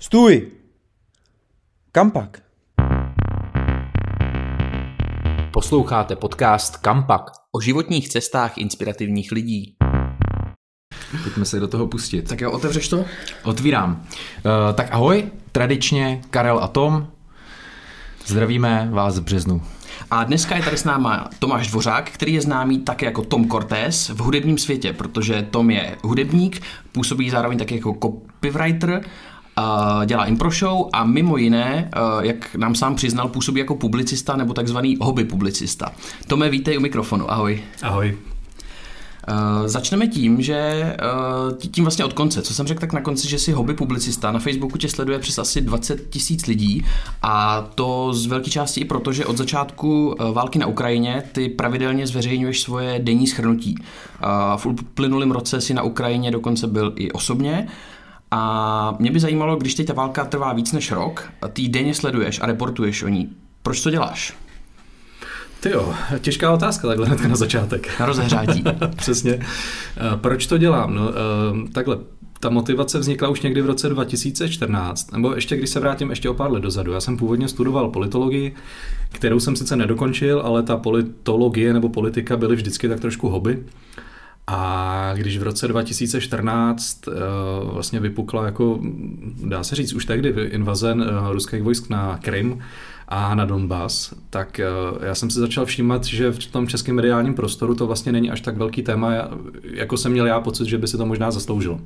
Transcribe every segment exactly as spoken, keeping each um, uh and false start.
Stůj! Kampak? Posloucháte podcast Kampak o životních cestách inspirativních lidí. Pojďme se do toho pustit. Tak jo, otevřeš to? Otvírám. Uh, tak ahoj, tradičně Karel a Tom. Zdravíme vás v březnu. A dneska je tady s náma Tomáš Dvořák, který je známý také jako Tom Cortés v hudebním světě, protože Tom je hudebník, působí zároveň také jako copywriter, dělá impro show a mimo jiné, jak nám sám přiznal, působí jako publicista nebo takzvaný hobby publicista. Tome, vítej u mikrofonu, ahoj. Ahoj. Uh, začneme tím, že uh, tím vlastně od konce, co jsem řekl tak na konci, že jsi hobby publicista, na Facebooku tě sleduje přes asi dvacet tisíc lidí a to z velké části i proto, že od začátku uh, války na Ukrajině ty pravidelně zveřejňuješ svoje denní shrnutí. Uh, v uplynulém roce si na Ukrajině dokonce byl i osobně a mě by zajímalo, když teď ta válka trvá víc než rok, ty denně sleduješ a reportuješ o ní. Proč to děláš? Ty jo, těžká otázka takhle hned na začátek. Na rozehřátí. Přesně. Proč to dělám? No, takhle, ta motivace vznikla už někdy v roce dva tisíce čtrnáct, nebo ještě když se vrátím ještě o pár let dozadu. Já jsem původně studoval politologii, kterou jsem sice nedokončil, ale ta politologie nebo politika byly vždycky tak trošku hobby. A když v roce dva tisíce čtrnáct vlastně vypukla jako, dá se říct už tehdy, invaze ruských vojsk na Krym a na Donbas, tak já jsem si začal všímat, že v tom českém mediálním prostoru to vlastně není až tak velký téma, jako jsem měl já pocit, že by si to možná zasloužilo.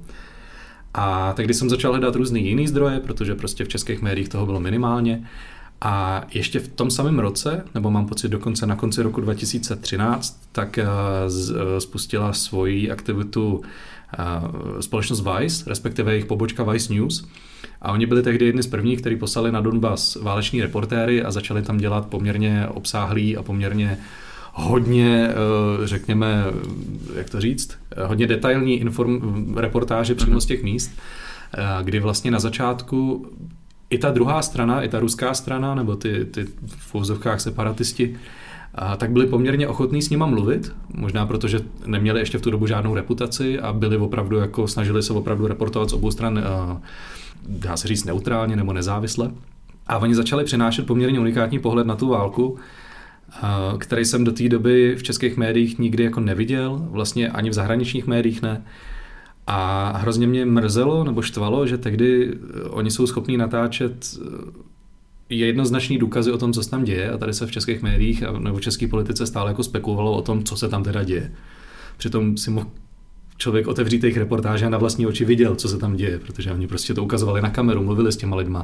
A tehdy jsem začal hledat různý jiný zdroje, protože prostě v českých médiích toho bylo minimálně. A ještě v tom samém roce, nebo mám pocit dokonce na konci roku dva tisíce třináct, tak spustila svoji aktivitu společnost Vice, respektive jejich pobočka Vice News. A oni byli tehdy jedni z prvních, kteří poslali na Donbas váleční reportéry a začali tam dělat poměrně obsáhlý a poměrně hodně, řekněme, jak to říct, hodně detailní inform, reportáže přímo z těch míst, kdy vlastně na začátku i ta druhá strana, i ta ruská strana, nebo ty, ty v uvozovkách separatisti, a tak byli poměrně ochotní s nima mluvit, možná protože neměli ještě v tu dobu žádnou reputaci a byli opravdu jako, snažili se opravdu reportovat z obou stran, dá se říct neutrálně nebo nezávisle. A oni začali přinášet poměrně unikátní pohled na tu válku, který jsem do té doby v českých médiích nikdy jako neviděl, vlastně ani v zahraničních médiích ne. A hrozně mě mrzelo nebo štvalo, že tehdy oni jsou schopní natáčet jednoznačný důkazy o tom, co se tam děje, a tady se v českých médiích nebo v české politice stále jako spekulovalo o tom, co se tam teda děje. Přitom si mohl člověk otevřít jejich reportáže a na vlastní oči viděl, co se tam děje, protože oni prostě to ukazovali na kameru, mluvili s těma lidma.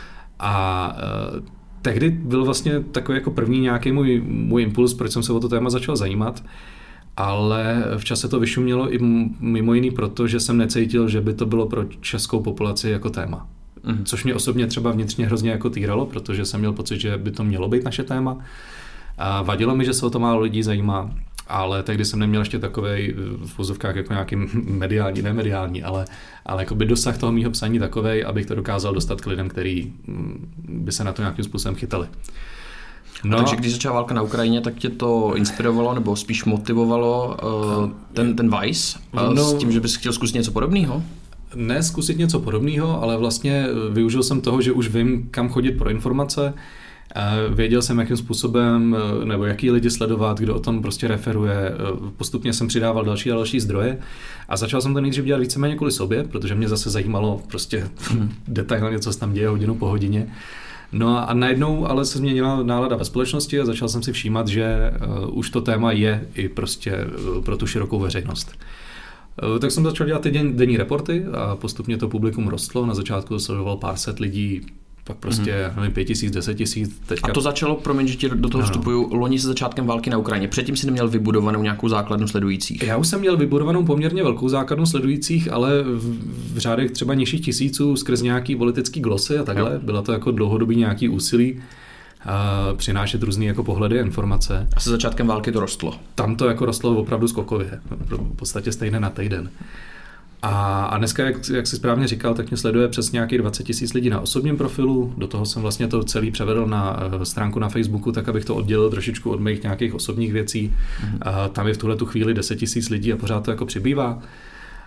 A e, tehdy byl vlastně takový jako první nějaký můj, můj impuls, proč jsem se o to téma začal zajímat. Ale v čase to vyšumělo i mimo jiný proto, že jsem necítil, že by to bylo pro českou populaci jako téma. Mm. Což mě osobně třeba vnitřně hrozně jako týralo, protože jsem měl pocit, že by to mělo být naše téma. A vadilo mi, že se o to málo lidí zajímá, ale tehdy jsem neměl ještě takovej v úzovkách jako nějaký mediální, ne mediální, ale, ale jako by dosah toho mýho psaní takovej, abych to dokázal dostat k lidem, který by se na to nějakým způsobem chytali. No. Takže když začala válka na Ukrajině, tak tě to inspirovalo nebo spíš motivovalo uh, ten, ten Vice uh, no, s tím, že bys chtěl zkusit něco podobného? Ne zkusit něco podobného, ale vlastně využil jsem toho, že už vím, kam chodit pro informace. Věděl jsem, jakým způsobem nebo jaký lidi sledovat, kdo o tom prostě referuje. Postupně jsem přidával další a další zdroje a začal jsem to nejdřív dělat víceméně kvůli sobě, protože mě zase zajímalo prostě detailně, co se tam děje hodinu po hodině. No a najednou ale se změnila nálada ve společnosti a začal jsem si všímat, že uh, už to téma je i prostě uh, pro tu širokou veřejnost. Uh, tak jsem začal dělat ty den, denní reporty a postupně to publikum rostlo. Na začátku to sledoval pár set lidí, pak prostě, mm-hmm. nevím, pět tisíc, deset tisíc. Teďka... A to začalo, promiň, že ti do toho no, vstupuju, loni se začátkem války na Ukrajině. Předtím si neměl vybudovanou nějakou základnu sledujících. Já už jsem měl vybudovanou poměrně velkou základnu sledujících, ale v, v řádech třeba nižších tisíců skrz nějaký politický glosy a takhle. Jo. Byla to jako dlouhodobý nějaký úsilí a přinášet různý jako pohledy a informace. A se začátkem války to rostlo? Tam to jako rostlo opravdu skokově. V podstatě stejné na týden. A, a dneska, jak, jak jsi správně říkal, tak mě sleduje přes nějakých dvacet tisíc lidí na osobním profilu. Do toho jsem vlastně to celý převedl na uh, stránku na Facebooku, tak abych to oddělil trošičku od mých nějakých osobních věcí. Mm-hmm. A tam je v tuhle tu chvíli deset tisíc lidí a pořád to jako přibývá.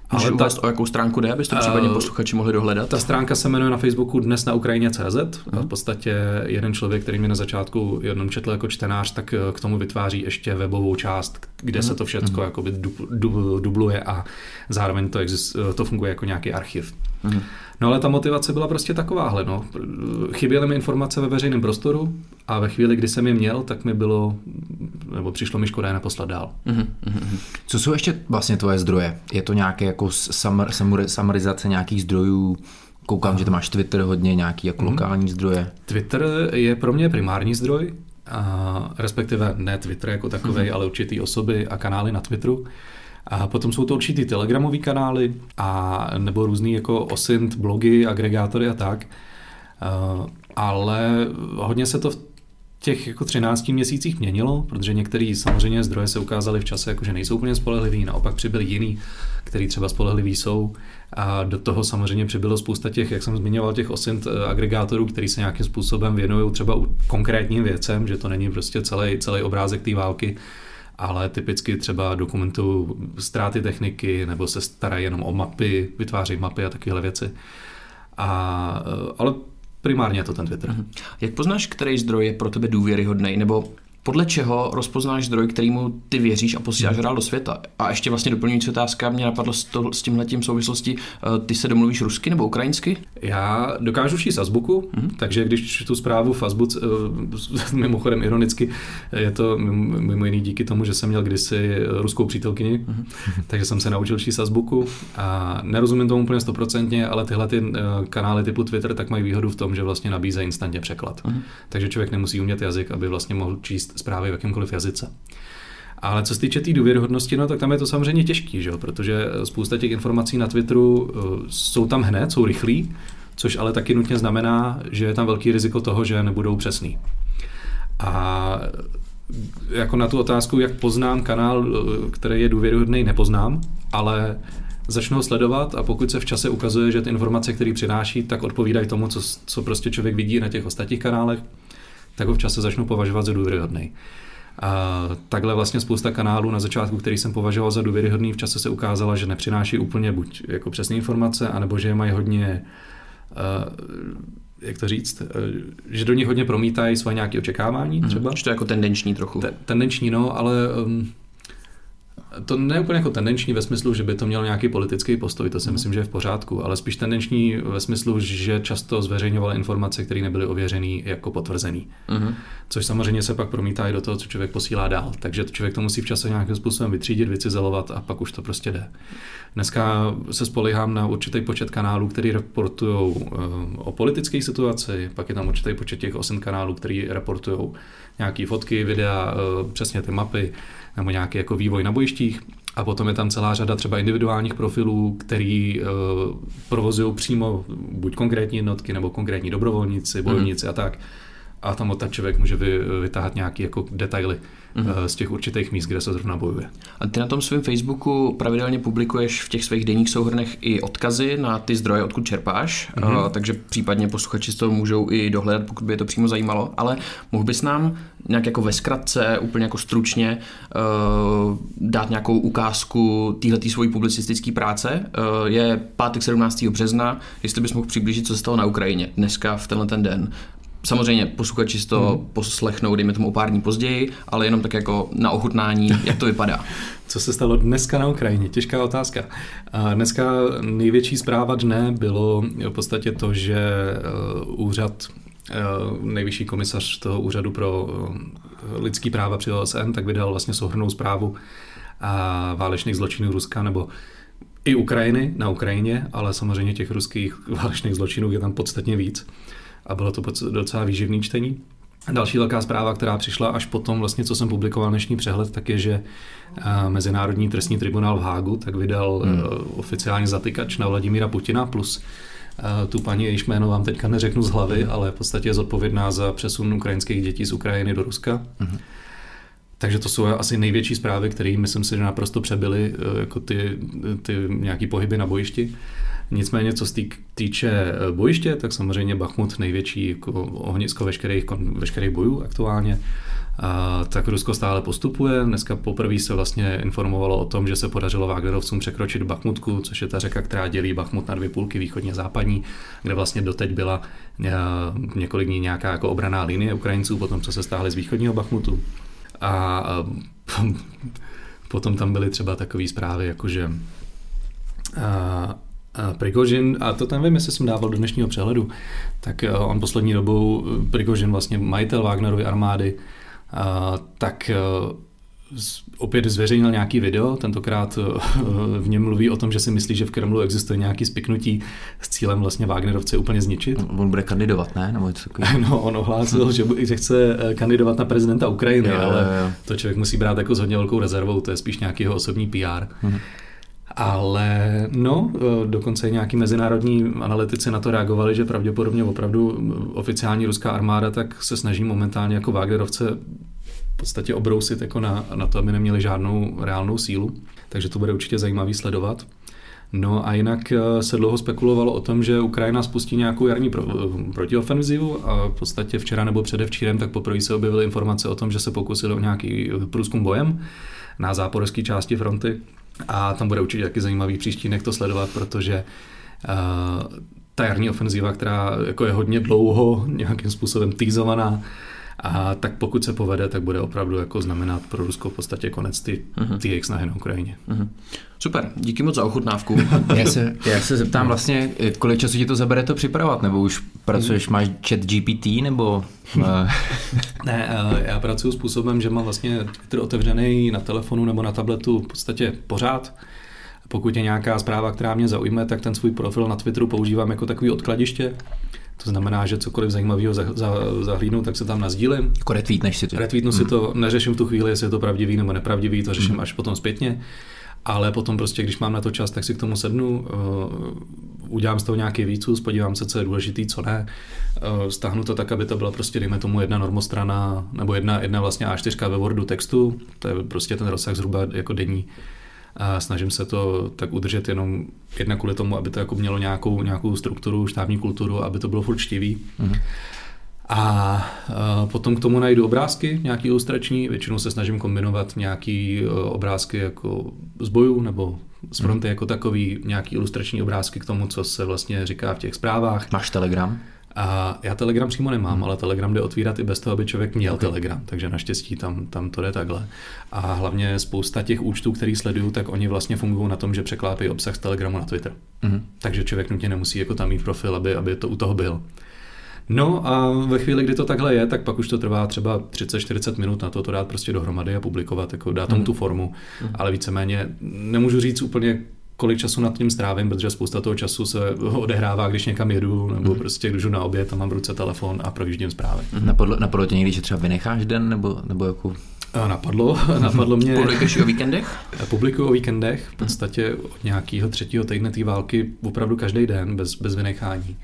Můžeš Ale uvést, ta, o jakou stránku jde, abyste to případně uh, posluchači mohli dohledat? Ta stránka se jmenuje na Facebooku Dnes na Ukrajině tečka cé zet. Uh-huh. V podstatě jeden člověk, který mě na začátku jenom četl jako čtenář, tak k tomu vytváří ještě webovou část, kde uh-huh. se to všecko uh-huh. jakoby dub, dub, dubluje a zároveň to, exist, to funguje jako nějaký archiv. Uh-huh. No ale ta motivace byla prostě takováhle. No. Chyběly mi informace ve veřejném prostoru a ve chvíli, kdy jsem je měl, tak mi bylo, nebo přišlo mi škoda je neposlat dál. Uh-huh. Co jsou ještě vlastně tvoje zdroje? Je to nějaké jako samar, samar, samarizace nějakých zdrojů? Koukám, že to máš Twitter hodně, nějaký jako uh-huh. lokální zdroje. Twitter je pro mě primární zdroj, a respektive ne Twitter jako takovej, uh-huh. ale určitý osoby a kanály na Twitteru. A potom jsou to určitý telegramové kanály a nebo různý jako osint, blogy, agregátory a tak. Uh, ale hodně se to v těch jako třinácti měsících měnilo, protože některé samozřejmě zdroje se ukázaly v čase, jako že nejsou úplně spolehlivý, naopak přibyly jiný, který třeba spolehlivý jsou. A do toho samozřejmě přibylo spousta těch, jak jsem zmiňoval, těch osint agregátorů, který se nějakým způsobem věnují třeba konkrétním věcem, že to není prostě celý, celý obrázek té války, ale typicky třeba dokumentují ztráty techniky nebo se starají jenom o mapy, vytváří mapy a takovéhle věci. A, ale primárně je to ten Twitter. Jak poznáš, který zdroj je pro tebe důvěryhodný, nebo podle čeho rozpoznáš zdroj, kterýmu ty věříš a posíláš dál do světa? A ještě vlastně doplňující otázka, mě napadlo s, to, s tímhletím souvislosti, ty se domluvíš rusky nebo ukrajinsky? Já dokážu číst azbuku, mm-hmm. takže když tu zprávu v azbuce, mimochodem ironicky, je to mimo jiný díky tomu, že jsem měl kdysi ruskou přítelkyni, mm-hmm. takže jsem se naučil číst azbuku a nerozumím tomu úplně stoprocentně, ale tyhle ty kanály typu Twitter tak mají výhodu v tom, že vlastně nabízejí instantně překlad. Mm-hmm. Takže člověk nemusí umět jazyk, aby vlastně mohl číst zprávy v jakémkoliv jazyce. Ale co se týče té tý důvěryhodnosti, no tak tam je to samozřejmě těžký, že jo? Protože spousta těch informací na Twitteru uh, jsou tam hned, jsou rychlí, což ale taky nutně znamená, že je tam velký riziko toho, že nebudou přesný. A jako na tu otázku, jak poznám kanál, který je důvěryhodný, nepoznám, ale začnu ho sledovat a pokud se v čase ukazuje, že ty informace, které přináší, tak odpovídají tomu, co, co prostě člověk vidí na těch ostatních kanálech, tak ho v čase začnu považovat za důvěryhodný. A takhle vlastně spousta kanálů na začátku, který jsem považoval za důvěryhodný, v čase se ukázala, že nepřináší úplně buď jako přesné informace, anebo že je mají hodně, uh, jak to říct, uh, že do nich hodně promítají svoje nějaké očekávání třeba. Hmm, že to je jako tendenční trochu. Te- tendenční, no, ale um, to ne úplně jako tendenční ve smyslu, že by to mělo nějaký politický postoj, to si mm. myslím, že je v pořádku, ale spíš tendenční ve smyslu, že často zveřejňovaly informace, které nebyly ověřený jako potvrzený. Mm. Což samozřejmě se pak promítá i do toho, co člověk posílá dál. Takže člověk to musí v čase nějakým způsobem vytřídit, vycizelovat a pak už to prostě jde. Dneska se spolíhám na určitý počet kanálů, který reportují o politické situaci, pak je tam určitý počet těch osm kanálů, který reportují nějaké fotky, videa, přesně ty mapy, nebo nějaký jako vývoj na bojištích. A potom je tam celá řada třeba individuálních profilů, který uh, provozují přímo buď konkrétní jednotky, nebo konkrétní dobrovolníci, bojovníci mm. a tak. A tam odtud člověk může vy, vytáhat nějaké jako detaily mm. uh, z těch určitých míst, kde se zrovna bojuje. A ty na tom svém Facebooku pravidelně publikuješ v těch svých denních souhrnech i odkazy na ty zdroje, odkud čerpáš, mm. uh, takže případně posluchači z toho můžou i dohledat, pokud by je to přímo zajímalo, ale mohl bys nám nějak jako ve zkratce, úplně jako stručně uh, dát nějakou ukázku téhletý svojí publicistické práce. Uh, je pátek sedmnáctého března, jestli bys mohl přiblížit, co se stalo na Ukrajině dneska v tenhle ten den. Samozřejmě posluchači si to hmm. poslechnou, dejme tomu o pár dní později, ale jenom tak jako na ochutnání, jak to vypadá. Co se stalo dneska na Ukrajině? Těžká otázka. Dneska největší zpráva dne bylo v podstatě to, že úřad, nejvyšší komisař toho úřadu pro lidský práva při O S N, tak vydal vlastně souhrnnou zprávu válečných zločinů Ruska, nebo i Ukrajiny na Ukrajině, ale samozřejmě těch ruských válečných zločinů je tam podstatně víc. A bylo to docela výživný čtení. Další velká zpráva, která přišla až potom, vlastně, co jsem publikoval dnešní přehled, tak je, že Mezinárodní trestní tribunál v Hágu tak vydal hmm. oficiální zatykač na Vladimíra Putina, plus tu paní, jejíž jméno vám teďka neřeknu z hlavy, ale v podstatě je zodpovědná za přesun ukrajinských dětí z Ukrajiny do Ruska. Hmm. Takže to jsou asi největší zprávy, které myslím si, že naprosto přebyly jako ty, ty nějaký pohyby na bojišti. Nicméně, co se týče bojiště, tak samozřejmě Bachmut největší jako ohnisko veškerých, veškerých bojů aktuálně. A tak Rusko stále postupuje. Dneska poprvé se vlastně informovalo o tom, že se podařilo Wagnerovcům překročit Bachmutku, což je ta řeka, která dělí Bachmut na dvě půlky, východně západní, kde vlastně doteď byla několik dní nějaká jako obranná linie Ukrajinců, potom co se stáhli z východního Bachmutu. A potom tam byly třeba takové zprávy, jakože a, a Prigožin, a to tam vím, jestli jsem dával do dnešního přehledu, tak on poslední dobou, Prigožin, vlastně majitel Wagnerovy armády, a, tak opět zveřejnil nějaký video, tentokrát v něm mluví o tom, že si myslí, že v Kremlu existuje nějaký spiknutí s cílem vlastně Wagnerovce úplně zničit. On bude kandidovat, ne? Nebo no, on ohlásil, že, že chce kandidovat na prezidenta Ukrajiny, jo, ale jo, jo. to člověk musí brát jako s hodně velkou rezervou, to je spíš nějaký jeho osobní P R. Mhm. Ale no, dokonce i nějaký mezinárodní analytici na to reagovali, že pravděpodobně opravdu oficiální ruská armáda tak se snaží momentálně jako Wagnerovce v podstatě obrousit jako na, na to, aby neměli žádnou reálnou sílu. Takže to bude určitě zajímavý sledovat. No a jinak se dlouho spekulovalo o tom, že Ukrajina spustí nějakou jarní pro, protiofenzivu a v podstatě včera nebo předevčírem tak poprvé se objevily informace o tom, že se pokusili o nějaký průzkum bojem na záporožské části fronty. A tam bude určitě taky zajímavý příští dnech to sledovat, protože uh, ta jarní ofenziva, která jako je hodně dlouho nějakým způsobem týzovaná, a tak pokud se povede, tak bude opravdu jako znamenat pro Rusko v podstatě konec ty, uh-huh. ty jejich snahy na Ukrajině. Uh-huh. Super, díky moc za ochutnávku. já, se, já se zeptám vlastně, kolik času ti to zabere to připravovat, nebo už pracuješ, máš chat G P T, nebo... Ne, já pracuji způsobem, že mám vlastně Twitter otevřený na telefonu nebo na tabletu v podstatě pořád. Pokud je nějaká zpráva, která mě zaujme, tak ten svůj profil na Twitteru používám jako takový odkladiště. To znamená, že cokoliv zajímavého za, za, zahlídnu, tak se tam nazdílím. Jako retweetneš si to? Retweetnu hmm. si to, neřeším v tu chvíli, jestli je to pravdivý nebo nepravdivý, to řeším hmm. až potom zpětně. Ale potom prostě, když mám na to čas, tak si k tomu sednu, uh, udělám z toho nějaký výcud, podívám se, co je důležitý, co ne. Uh, stáhnu to tak, aby to byla prostě, dejme tomu, jedna normostrana, nebo jedna, jedna vlastně A čtyři ve Wordu textu, to je prostě ten rozsah zhruba jako denní. A snažím se to tak udržet jenom jedna kvůli tomu, aby to jako mělo nějakou, nějakou strukturu, štábní kulturu, aby to bylo furt čtivý. Mm-hmm. A, a potom k tomu najdu obrázky, nějaký ilustrační, většinou se snažím kombinovat nějaký obrázky jako z bojů nebo z fronty mm-hmm. jako takový, nějaký ilustrační obrázky k tomu, co se vlastně říká v těch zprávách. Máš Telegram? A já Telegram přímo nemám, hmm. ale Telegram jde otvírat i bez toho, aby člověk měl okay. Telegram, takže naštěstí tam, tam to jde takhle. A hlavně spousta těch účtů, který sleduju, tak oni vlastně fungují na tom, že překlápějí obsah z Telegramu na Twitter. Hmm. Takže člověk nutně nemusí jako tam mít profil, aby, aby to u toho byl. No a ve chvíli, kdy to takhle je, tak pak už to trvá třeba třicet čtyřicet minut na to, to dát prostě dohromady a publikovat, jako dát tomu hmm. tu formu, hmm. ale víceméně nemůžu říct úplně, kolik času nad tím strávím, protože spousta toho času se odehrává, když někam jedu, nebo mm. prostě když jdu na oběd a mám v ruce telefon a projíždím zprávy. Mm. Napadlo, napadlo tě někdy, že třeba vynecháš den, nebo, nebo jako... Napadlo, napadlo mě... Publikuješ o víkendech? Publikuju o víkendech, v podstatě od nějakého třetího týdne té války opravdu každý den, bez, bez vynechání.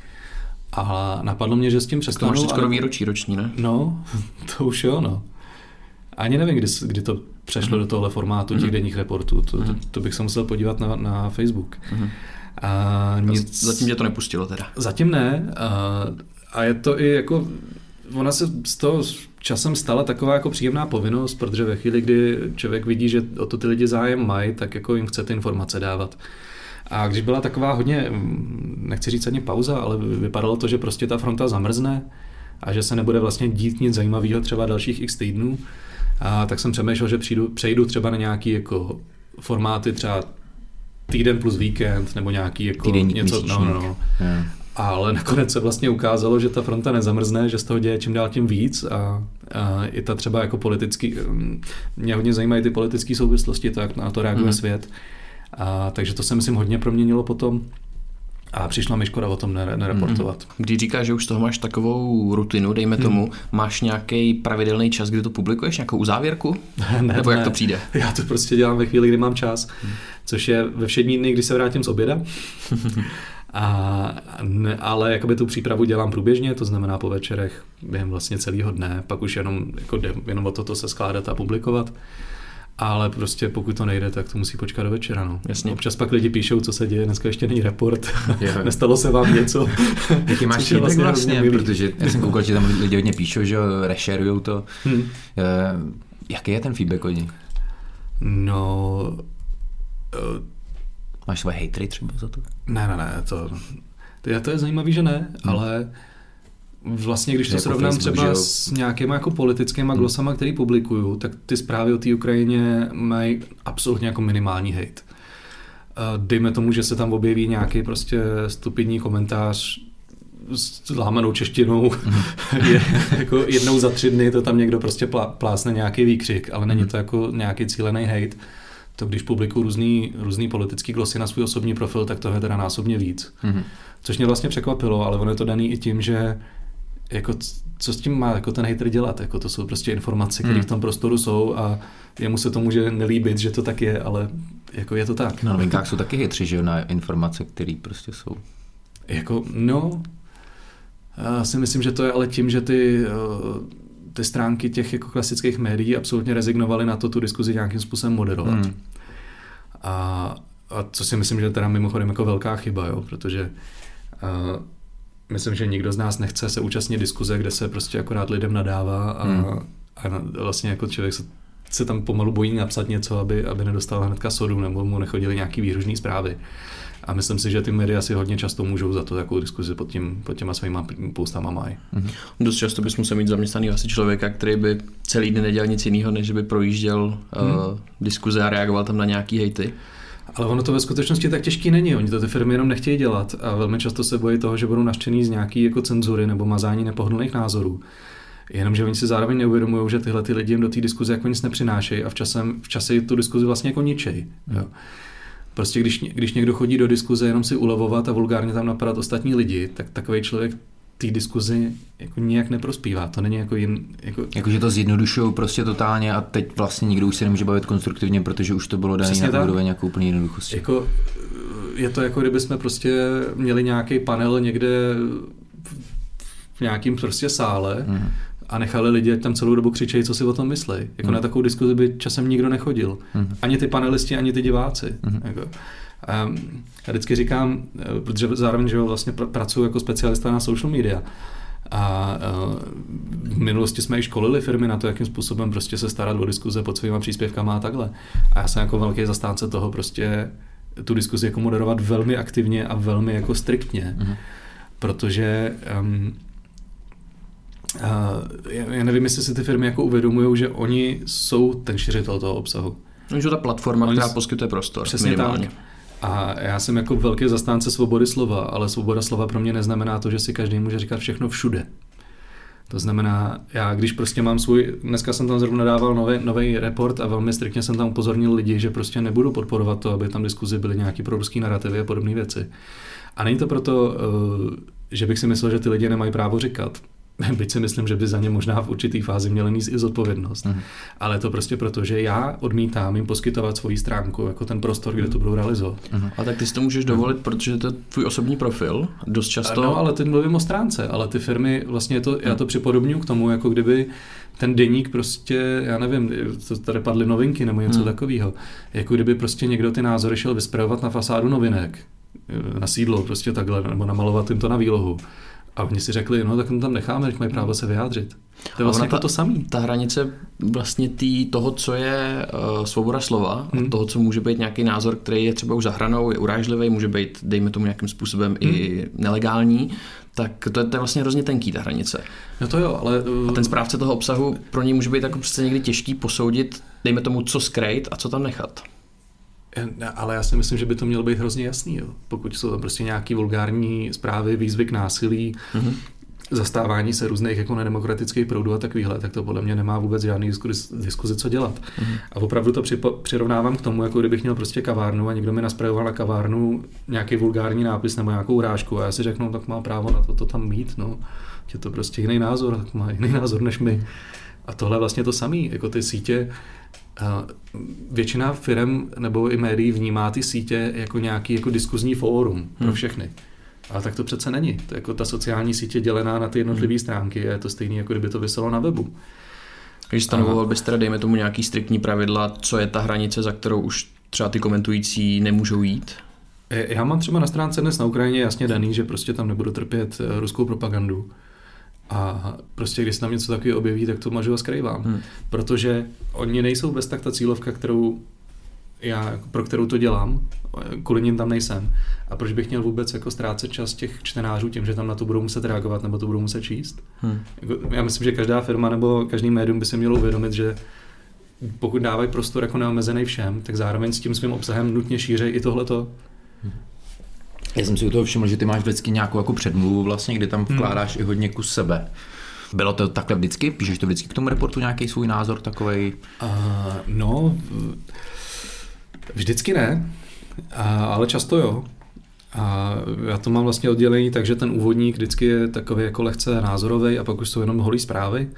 A napadlo mě, že s tím přestanu... To máš skoro výročí roční, ne? No, to už jo, no. Ani nevím, kdy, kdy to přešlo mm. do tohohle formátu těch denních reportů. To, to, to bych se musel podívat na, na Facebook. Mm. A nic... Zatím tě to nepustilo teda? Zatím ne. A, a je to i jako... Ona se z toho časem stala taková jako příjemná povinnost, protože ve chvíli, kdy člověk vidí, že o to ty lidi zájem mají, tak jako jim chce ty informace dávat. A když byla taková hodně, nechci říct ani pauza, ale vypadalo to, že prostě ta fronta zamrzne a že se nebude vlastně dít nic zajímavého třeba dalších x týdnů, a tak jsem přemýšlel, že přijdu, přejdu třeba na nějaký jako formáty třeba týden plus víkend nebo nějaký jako týdenník, něco, no, no, no. Yeah. Ale nakonec se vlastně ukázalo, že ta fronta nezamrzne, že z toho děje čím dál tím víc a, a i ta třeba jako politický, mě hodně zajímají ty politické souvislosti, tak na to reaguje mm. svět. A, takže to se myslím hodně proměnilo potom. A přišla mi škoda o tom nereportovat. Hmm. Když říkáš, že už z toho máš takovou rutinu, dejme hmm. tomu, máš nějaký pravidelný čas, kdy to publikuješ, nějakou uzávěrku? ne, Nebo ne. jak to přijde? Já to prostě dělám ve chvíli, kdy mám čas, hmm. což je ve všední dny, kdy se vrátím z oběda. A, ne, ale jakoby tu přípravu dělám průběžně, to znamená po večerech během vlastně celého dne, pak už jenom, jako jde, jenom o toto se skládat a publikovat. ale prostě pokud to nejde, tak to musí počkat do večera. No. Jasně. Občas pak lidi píšou, co se děje, dneska ještě není report, nestalo se vám něco. Jaký máš feedback vlastně, vlastně protože já jsem koukal, že tam lidi hodně píšou, že rešerujou to. Hmm. Jaký je ten feedback od nich? No... Uh, Máš svoje hejtry třeba za to? Ne, ne, ne, to, to, to je zajímavý, že ne, hmm. ale vlastně, když to jako srovnám Facebook, třeba s nějakýma jako politickýma hmm. glosama, který publikuju, tak ty zprávy o té Ukrajině mají absolutně jako minimální hejt. Dejme tomu, že se tam objeví nějaký prostě stupidní komentář s lámanou češtinou, hmm. je, jako jednou za tři dny to tam někdo prostě plá, plásne nějaký výkřik, ale není to jako nějaký cílený hejt. To když publikuju různý, různý politický glosy na svůj osobní profil, tak toho je teda násobně víc. Mm-hmm. Což mě vlastně překvapilo, ale ono je to daný i tím, že jako, co s tím má jako ten hater dělat? Jako, to jsou prostě informace, které mm. v tom prostoru jsou a jemu se to může nelíbit, že to tak je, ale jako je to tak. Na novinkách jsou taky hatři, že na informace, které prostě jsou. Jako, no, já si myslím, že to je ale tím, že ty... ty stránky těch jako klasických médií absolutně rezignovaly na to tu diskuzi nějakým způsobem moderovat. Hmm. A, a co si myslím, že teda mimochodem jako velká chyba, jo, protože uh, myslím, že nikdo z nás nechce se účastnit diskuze, kde se prostě akorát lidem nadává a, hmm. a vlastně jako člověk se, se tam pomalu bojí napsat něco, aby, aby nedostal hnedka sodu nebo mu nechodily nějaký výhružný zprávy. A myslím si, že ty média si hodně často můžou za to takovou diskuzi pod, tím, pod těma svýma postama mají. Mm-hmm. Dost často bys musel mít zaměstnaný asi člověka, který by celý den nedělal nic jiného, než by projížděl mm. uh, diskuze a reagoval tam na nějaký hejty. Ale ono to ve skutečnosti tak těžký není. Oni to ty firmy jenom nechtějí dělat a velmi často se bojí toho, že budou nařčený z nějaký jako cenzury nebo mazání nepohodlných názorů. Jenomže oni si zároveň neuvědomují, že tyhle ty lidi jim do té diskuze jako nic nepřinášejí a v, časem, v čase tu diskuzi vlastně jako ničej. Jo. Prostě když, když někdo chodí do diskuze jenom si ulevovat a vulgárně tam napadat ostatní lidi, tak takový člověk té diskuzi jako nijak neprospívá. To není jako jin... Jako... Jakože to zjednodušují prostě totálně a teď vlastně nikdo už se nemůže bavit konstruktivně, protože už to bylo dané na úroveň nějakou úplně jednoduchosti. Jako, je to jako kdyby jsme prostě měli nějaký panel někde v nějakým prostě sále mm. a nechali lidi, ať tam celou dobu křičejí, co si o tom myslí. Jako mm. na takovou diskuzi by časem nikdo nechodil. Mm. Ani ty panelisti, ani ty diváci. Mm. Jako. Um, já vždycky říkám, protože zároveň, že vlastně pr- pracuji jako specialista na social media a uh, v minulosti jsme i školili firmy na to, jakým způsobem prostě se starat o diskuze pod svýma příspěvkama a takhle. A já jsem jako velký zastánce toho prostě tu diskuzi jako moderovat velmi aktivně a velmi jako striktně. Mm. Protože um, Uh, já nevím, jestli si ty firmy jako uvědomujou, že oni jsou ten šiřitel toho obsahu. Oni jsou ta platforma, oni která poskytuje prostor. Přesně minimálně. Tak. A já jsem jako velký zastánce svobody slova, ale svoboda slova pro mě neznamená to, že si každý může říkat všechno všude. To znamená, já když prostě mám svůj, dneska jsem tam zrovna dával nový, nový report a velmi striktně jsem tam upozornil lidi, že prostě nebudu podporovat to, aby tam diskuzi byly nějaký proruský narrativy a podobné věci. A není to proto, že bych si myslel, že ty lidi nemají právo říkat. Byť si myslím, že by za ně možná v určitý fázi měli mít i zodpovědnost. Mm. Ale to prostě proto, že já odmítám jim poskytovat svoji stránku jako ten prostor, kde to budou realizovat. Mm. A tak ty si to můžeš dovolit, mm. protože to je tvůj osobní profil, dost často. No, ale teď mluvím o stránce, ale ty firmy, vlastně to, já to připodobňuji k tomu, jako kdyby ten deník prostě, já nevím, to tady padly novinky nebo něco mm. takového, jako kdyby prostě někdo ty názory šel vyspravovat na fasádu novinek, na sídlo prostě takhle, nebo namalovat jim to na výlohu. A oni si řekli, no tak tam necháme, když mají právo se vyjádřit. To je vlastně jako to samý. Ta hranice vlastně tý, toho, co je uh, svoboda slova, hmm. a toho, co může být nějaký názor, který je třeba už za hranou, je urážlivý, může být, dejme tomu nějakým způsobem hmm. i nelegální, tak to je, to je vlastně hrozně tenký, ta hranice. No to jo, ale... Uh... A ten správce toho obsahu, pro něj může být jako přece někdy těžký posoudit, dejme tomu, co skrýt a co tam nechat. Ale já si myslím, že by to mělo být hrozně jasný. Jo. Pokud jsou tam prostě nějaký vulgární zprávy, výzvy k násilí, mm-hmm. zastávání se různých jako nedemokratických proudů a takovýhle, tak to podle mě nemá vůbec žádný diskuzi, co dělat. Mm-hmm. A opravdu to připo- přirovnávám k tomu, jako kdybych měl prostě kavárnu a někdo mi nasprajoval na kavárnu nějaký vulgární nápis nebo nějakou urážku a já si řeknu, no, tak má právo na to, to tam mít. No. Je to prostě jiný názor, tak má jiný názor než my. A tohle je vlastně to samý, jako ty sítě. Většina firem nebo i médií vnímá ty sítě jako nějaký jako diskuzní fórum pro všechny. Ale tak to přece není. To je jako ta sociální sítě dělená na ty jednotlivé stránky a je to stejné, jako kdyby to viselo na webu. Takže stanovoval bys teda, dejme tomu, nějaký striktní pravidla, co je ta hranice, za kterou už třeba ty komentující nemůžou jít? Já mám třeba na stránce Dnes na Ukrajině jasně daný, že prostě tam nebudu trpět ruskou propagandu. A prostě když se tam něco takového objeví, tak to mažu a skrývám. Hmm. Protože oni nejsou bez tak ta cílovka, kterou já, pro kterou to dělám, kvůli nim tam nejsem. A proč bych měl vůbec jako ztrácet čas těch čtenářů tím, že tam na to budou muset reagovat nebo to budou muset číst? Hmm. Já myslím, že každá firma nebo každý médium by si mělo uvědomit, že pokud dávají prostor jako neomezený všem, tak zároveň s tím svým obsahem nutně šířejí i tohleto. Hmm. Já jsem si u toho všiml, že ty máš vždycky nějakou jako předmluvu vlastně, kde tam vkládáš hmm. i hodně kus sebe. Bylo to takhle vždycky? Píšeš to vždycky k tomu reportu nějaký svůj názor takovej? Uh, no, vždycky ne, a, ale často jo. A já to mám vlastně oddělení, takže ten úvodník vždycky je takový jako lehce názorový a pak už jsou jenom holý zprávy.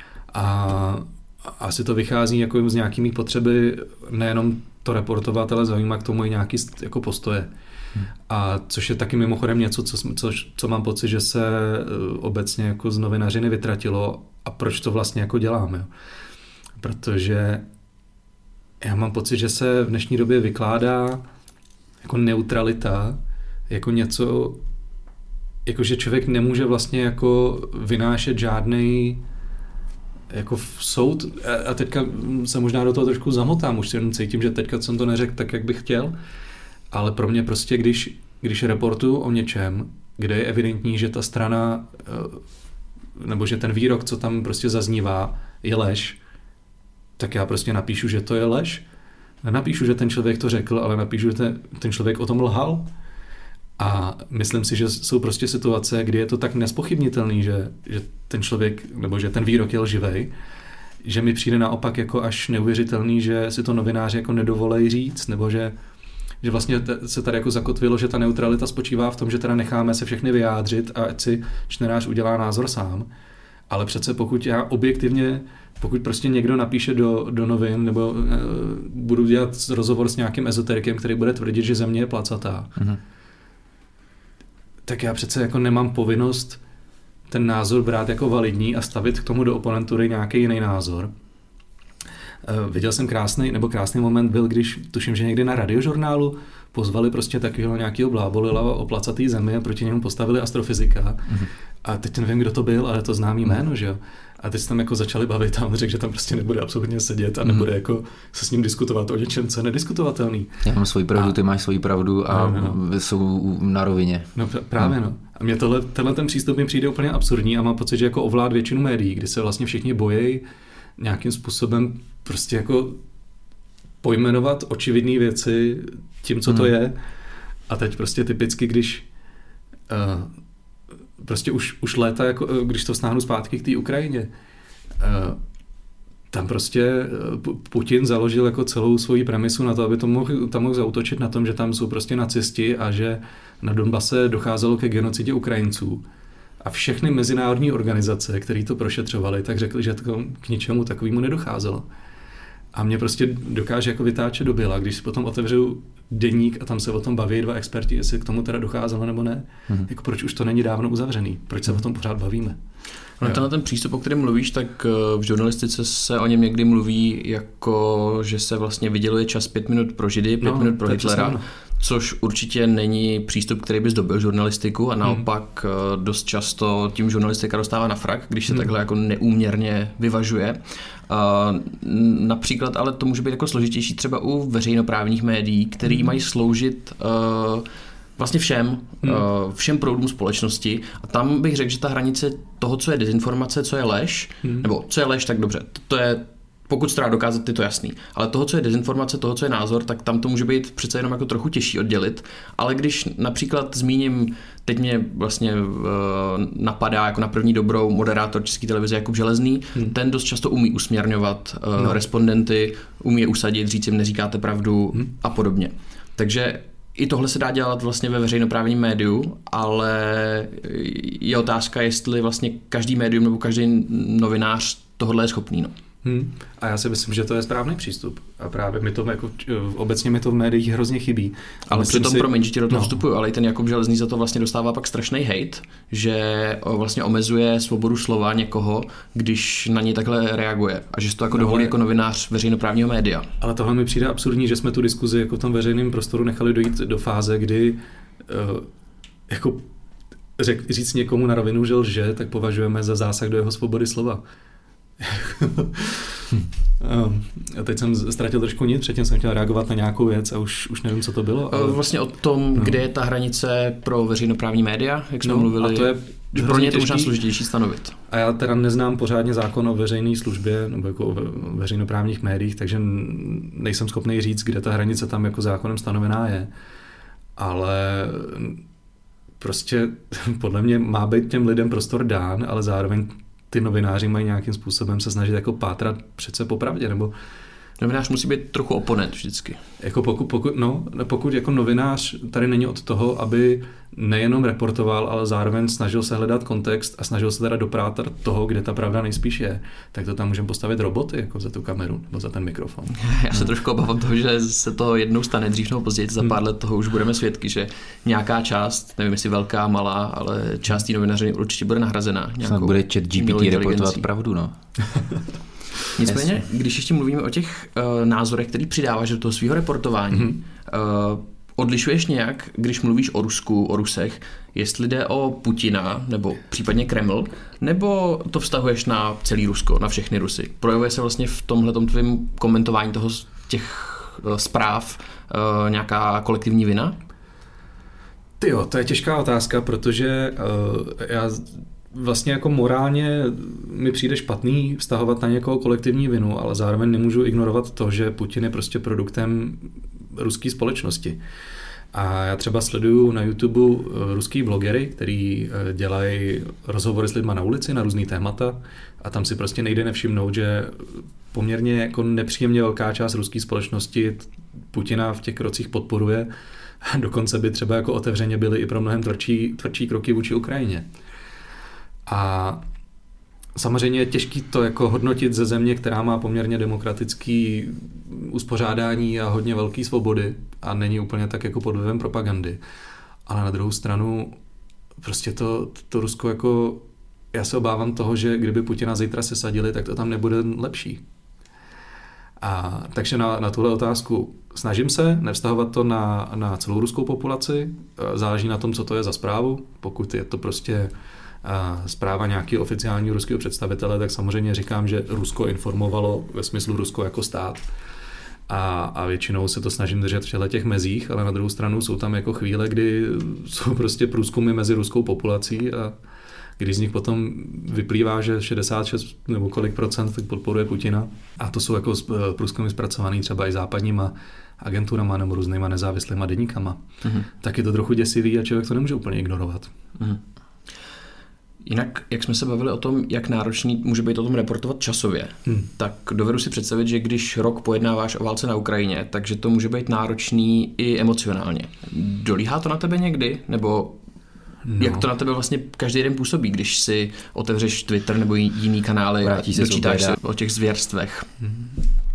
A asi to vychází jako z nějaký mých potřeby nejenom to reportovat, ale zajímá k tomu i nějaký jako postoje. Hmm. A což je taky mimochodem něco, co, co, co mám pocit, že se obecně jako z novinařiny vytratilo a proč to vlastně jako děláme. Protože já mám pocit, že se v dnešní době vykládá jako neutralita, jako něco, jako že člověk nemůže vlastně jako vynášet žádnej jako soud. A teďka se možná do toho trošku zamotám, už si jenom cítím, že teďka jsem to neřekl tak, jak bych chtěl, ale pro mě prostě, když, když reportuju o něčem, kde je evidentní, že ta strana, nebo že ten výrok, co tam prostě zaznívá, je lež, tak já prostě napíšu, že to je lež. Nenapíšu, že ten člověk to řekl, ale napíšu, že ten, ten člověk o tom lhal. A myslím si, že jsou prostě situace, kdy je to tak nespochybnitelný, že, že ten člověk, nebo že ten výrok je lživej, že mi přijde naopak jako až neuvěřitelný, že si to novináři jako nedovolej říct, nebo že, že vlastně se tady jako zakotvilo, že ta neutralita spočívá v tom, že teda necháme se všechny vyjádřit a ať si čtenář udělá názor sám. Ale přece pokud já objektivně, pokud prostě někdo napíše do, do novin, nebo uh, budu dělat rozhovor s nějakým ezoterikem, který bude tvrdit, že země je placatá, mm-hmm. tak já přece jako nemám povinnost ten názor brát jako validní a stavit k tomu do oponentury nějaký jiný názor. Uh, viděl jsem krásný, nebo krásný moment byl, když tuším, že někdy na radiožurnálu pozvali prostě takového nějakého blábolila o placatý zemi a proti němu postavili astrofyzika. Mm-hmm. A teď nevím, kdo to byl, ale to známý jméno, že jo. A teď se tam jako začali bavit a on řekl, že tam prostě nebude absolutně sedět a nebude mm. jako se s ním diskutovat o něčem, co je nediskutovatelný. Já mám svoji pravdu, a... ty máš svoji pravdu a no, no. jsou na rovině. No právě mm. no. A mně tohle, tenhle ten přístup mi přijde úplně absurdní a mám pocit, že jako ovlád většinu médií, kdy se vlastně všichni bojí nějakým způsobem prostě jako pojmenovat očividné věci tím, co mm. to je. A teď prostě typicky, když uh, prostě už, už léta, jako, když to vztáhnu zpátky k té Ukrajině, tam prostě Putin založil jako celou svoji premisu na to, aby to mohl, tam mohl zaútočit na tom, že tam jsou prostě nacisti a že na Donbase docházelo ke genocidě Ukrajinců. A všechny mezinárodní organizace, které to prošetřovaly, tak řekli, že to k ničemu takovému nedocházelo. A mě prostě dokáže jako vytáčet do byla, když si potom otevřu deník a tam se o tom baví dva experti, jestli k tomu teda docházelo nebo ne. Mm-hmm. Jako proč už to není dávno uzavřený? Proč se mm-hmm. o tom pořád bavíme? No, tenhle ten přístup, o kterém mluvíš, tak v žurnalistice se o něm někdy mluví jako, že se vlastně vyděluje čas pět minut pro Židy, pět no, minut pro Hitlera, přesně, což určitě není přístup, který by zdobil žurnalistiku a naopak hmm. dost často tím žurnalistika dostává na frak, když se hmm. takhle jako neúměrně vyvažuje. Uh, například, ale to může být jako složitější třeba u veřejnoprávních médií, který hmm. mají sloužit uh, vlastně všem, hmm. uh, všem proudům společnosti a tam bych řekl, že ta hranice toho, co je dezinformace, co je lež, hmm. nebo co je lež, tak dobře, to, to je, pokud se dá dokázat, je to jasný, ale toho, co je dezinformace, toho, co je názor, tak tam to může být přece jenom jako trochu těžší oddělit, ale když například zmíním, teď mě vlastně uh, napadá jako na první dobrou moderátor České televize Jakub Železný, hmm. ten dost často umí usměrňovat uh, no. respondenty, umí je usadit, říct jim neříkáte pravdu hmm. a podobně. Takže i tohle se dá dělat vlastně ve veřejnoprávním médiu, ale je otázka, jestli vlastně každý médium nebo každý novinář tohle je schopný. No. Hmm. A já si myslím, že to je správný přístup. A právě mi to jako, obecně mi to v médiích hrozně chybí. Ale přitom, si... promiň, že ti do toho no. vstupuju, ale i ten Jakub Železný za to vlastně dostává pak strašný hejt, že vlastně omezuje svobodu slova někoho, když na něj takhle reaguje. A že to jako no, dovolí ale... jako novinář veřejnoprávního média. Ale tohle mi přijde absurdní, že jsme tu diskuzi jako v tom veřejném prostoru nechali dojít do fáze, kdy uh, jako řek, říct někomu na rovinu, že lže, tak považujeme za zásah do jeho svobody slova. A teď jsem ztratil trošku nit, předtím jsem chtěl reagovat na nějakou věc a už, už nevím, co to bylo. Ale... Vlastně o tom, no. kde je ta hranice pro veřejnoprávní média, jak jsme no, mluvili, a to je že pro ně je to možná složitější stanovit. A já teda neznám pořádně zákon o veřejné službě nebo jako o veřejnoprávních médiích, takže nejsem schopný říct, kde ta hranice tam jako zákonem stanovená je. Ale prostě podle mě má být těm lidem prostor dán, ale zároveň ty novináři mají nějakým způsobem se snažit jako pátrat přece po pravdě, nebo... Novinář musí být trochu oponent vždycky. Jako pokud, pokud, no, pokud jako novinář tady není od toho, aby nejenom reportoval, ale zároveň snažil se hledat kontext a snažil se teda doprátat toho, kde ta pravda nejspíš je, tak to tam můžeme postavit roboty jako za tu kameru nebo za ten mikrofon. Já se trošku obávám toho, že se to jednou stane dřív nebo později, za pár let toho už budeme svědky, že nějaká část, nevím jestli velká, malá, ale část té novinařiny určitě bude nahrazená. Snad bude chat G P T reportovat pravdu, no. Nicméně, když ještě mluvíme o těch uh, názorech, který přidáváš do toho svého reportování, mm-hmm. uh, odlišuješ nějak, když mluvíš o Rusku, o Rusech, jestli jde o Putina, nebo případně Kreml, nebo to vztahuješ na celý Rusko, na všechny Rusy? Projevuje se vlastně v tomhletom tvým komentování toho, těch uh, zpráv uh, nějaká kolektivní vina? Tyjo, to je těžká otázka, protože uh, já... Vlastně jako morálně mi přijde špatný vztahovat na někoho kolektivní vinu, ale zároveň nemůžu ignorovat to, že Putin je prostě produktem ruské společnosti. A já třeba sleduju na YouTube ruský blogery, který dělají rozhovory s lidma na ulici na různý témata a tam si prostě nejde nevšimnout, že poměrně jako nepříjemně velká část ruské společnosti Putina v těch krocích podporuje. Dokonce by třeba jako otevřeně byly i pro mnohem tvrdší, tvrdší kroky vůči Ukrajině. A samozřejmě je těžký to jako hodnotit ze země, která má poměrně demokratický uspořádání a hodně velké svobody a není úplně tak jako pod vlivem propagandy. Ale na druhou stranu prostě to, to Rusko jako, já se obávám toho, že kdyby Putina zítra sesadili, tak to tam nebude lepší. A takže na, na tuhle otázku snažím se nevztahovat to na, na celou ruskou populaci, záleží na tom, co to je za zprávu, pokud je to prostě zpráva nějakého oficiálního ruského představitele, tak samozřejmě říkám, že Rusko informovalo ve smyslu Rusko jako stát. A, a většinou se to snažím držet v těch mezích, ale na druhou stranu jsou tam jako chvíle, kdy jsou prostě průzkumy mezi ruskou populací a když z nich potom vyplývá, že šedesát šest nebo kolik procent podporuje Putina. A to jsou jako průzkumy zpracovaný třeba i západníma agenturama nebo různýma nezávislýma deníkama. Mm-hmm. Tak je to trochu děsivý a člověk to nemůže úplně ignorovat. Mm-hmm. Jinak, jak jsme se bavili o tom, jak náročný může být o tom reportovat časově, hmm. tak dovedu si představit, že když rok pojednáváš o válce na Ukrajině, takže to může být náročný i emocionálně. Dolíhá to na tebe někdy? Nebo no. jak to na tebe vlastně každý den působí, když si otevřeš Twitter nebo jiný kanály a dočítáš si o těch zvěrstvech? Hmm.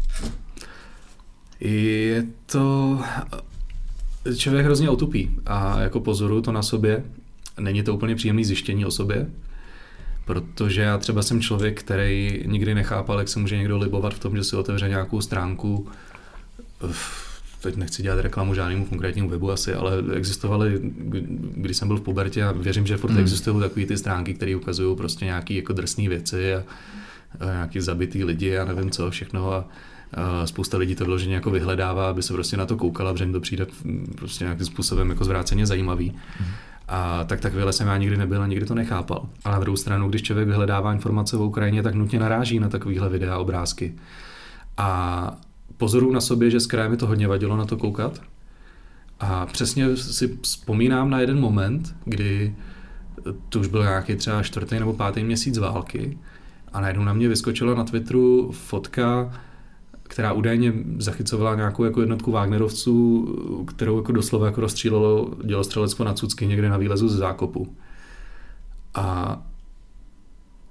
Je to... Člověk hrozně otupí a jako pozoruju to na sobě. Není to úplně příjemné zjištění o sobě, protože já třeba jsem člověk, který nikdy nechápal, jak se může někdo libovat v tom, že si otevře nějakou stránku. Teď nechci dělat reklamu žádnému konkrétnímu webu asi, ale existovaly, když jsem byl v pubertě a věřím, že furt hmm. existují takové ty stránky, které ukazují prostě nějaké jako drsné věci a, a nějaký zabitý lidi a nevím co všechno a a spousta lidí to vyloženě jako vyhledává, aby se prostě na to koukala, protože jim to přijde prostě nějakým způsobem jako zvráceně zajímavý. Hmm. A tak takovýhle jsem já nikdy nebyl a nikdy to nechápal. A na druhou stranu, když člověk vyhledává informace o Ukrajině, tak nutně naráží na takovýhle videa a obrázky. A pozoruju na sobě, že zkrátka mi to hodně vadilo na to koukat. A přesně si vzpomínám na jeden moment, kdy to už byl nějaký třeba čtvrtý nebo pátý měsíc války a najednou na mě vyskočila na Twitteru fotka, která údajně zachycovala nějakou jako jednotku Wagnerovců, kterou jako doslova jako rozstřílelo dělostřelectvo na Cucky někde na výlezu ze zákopu. A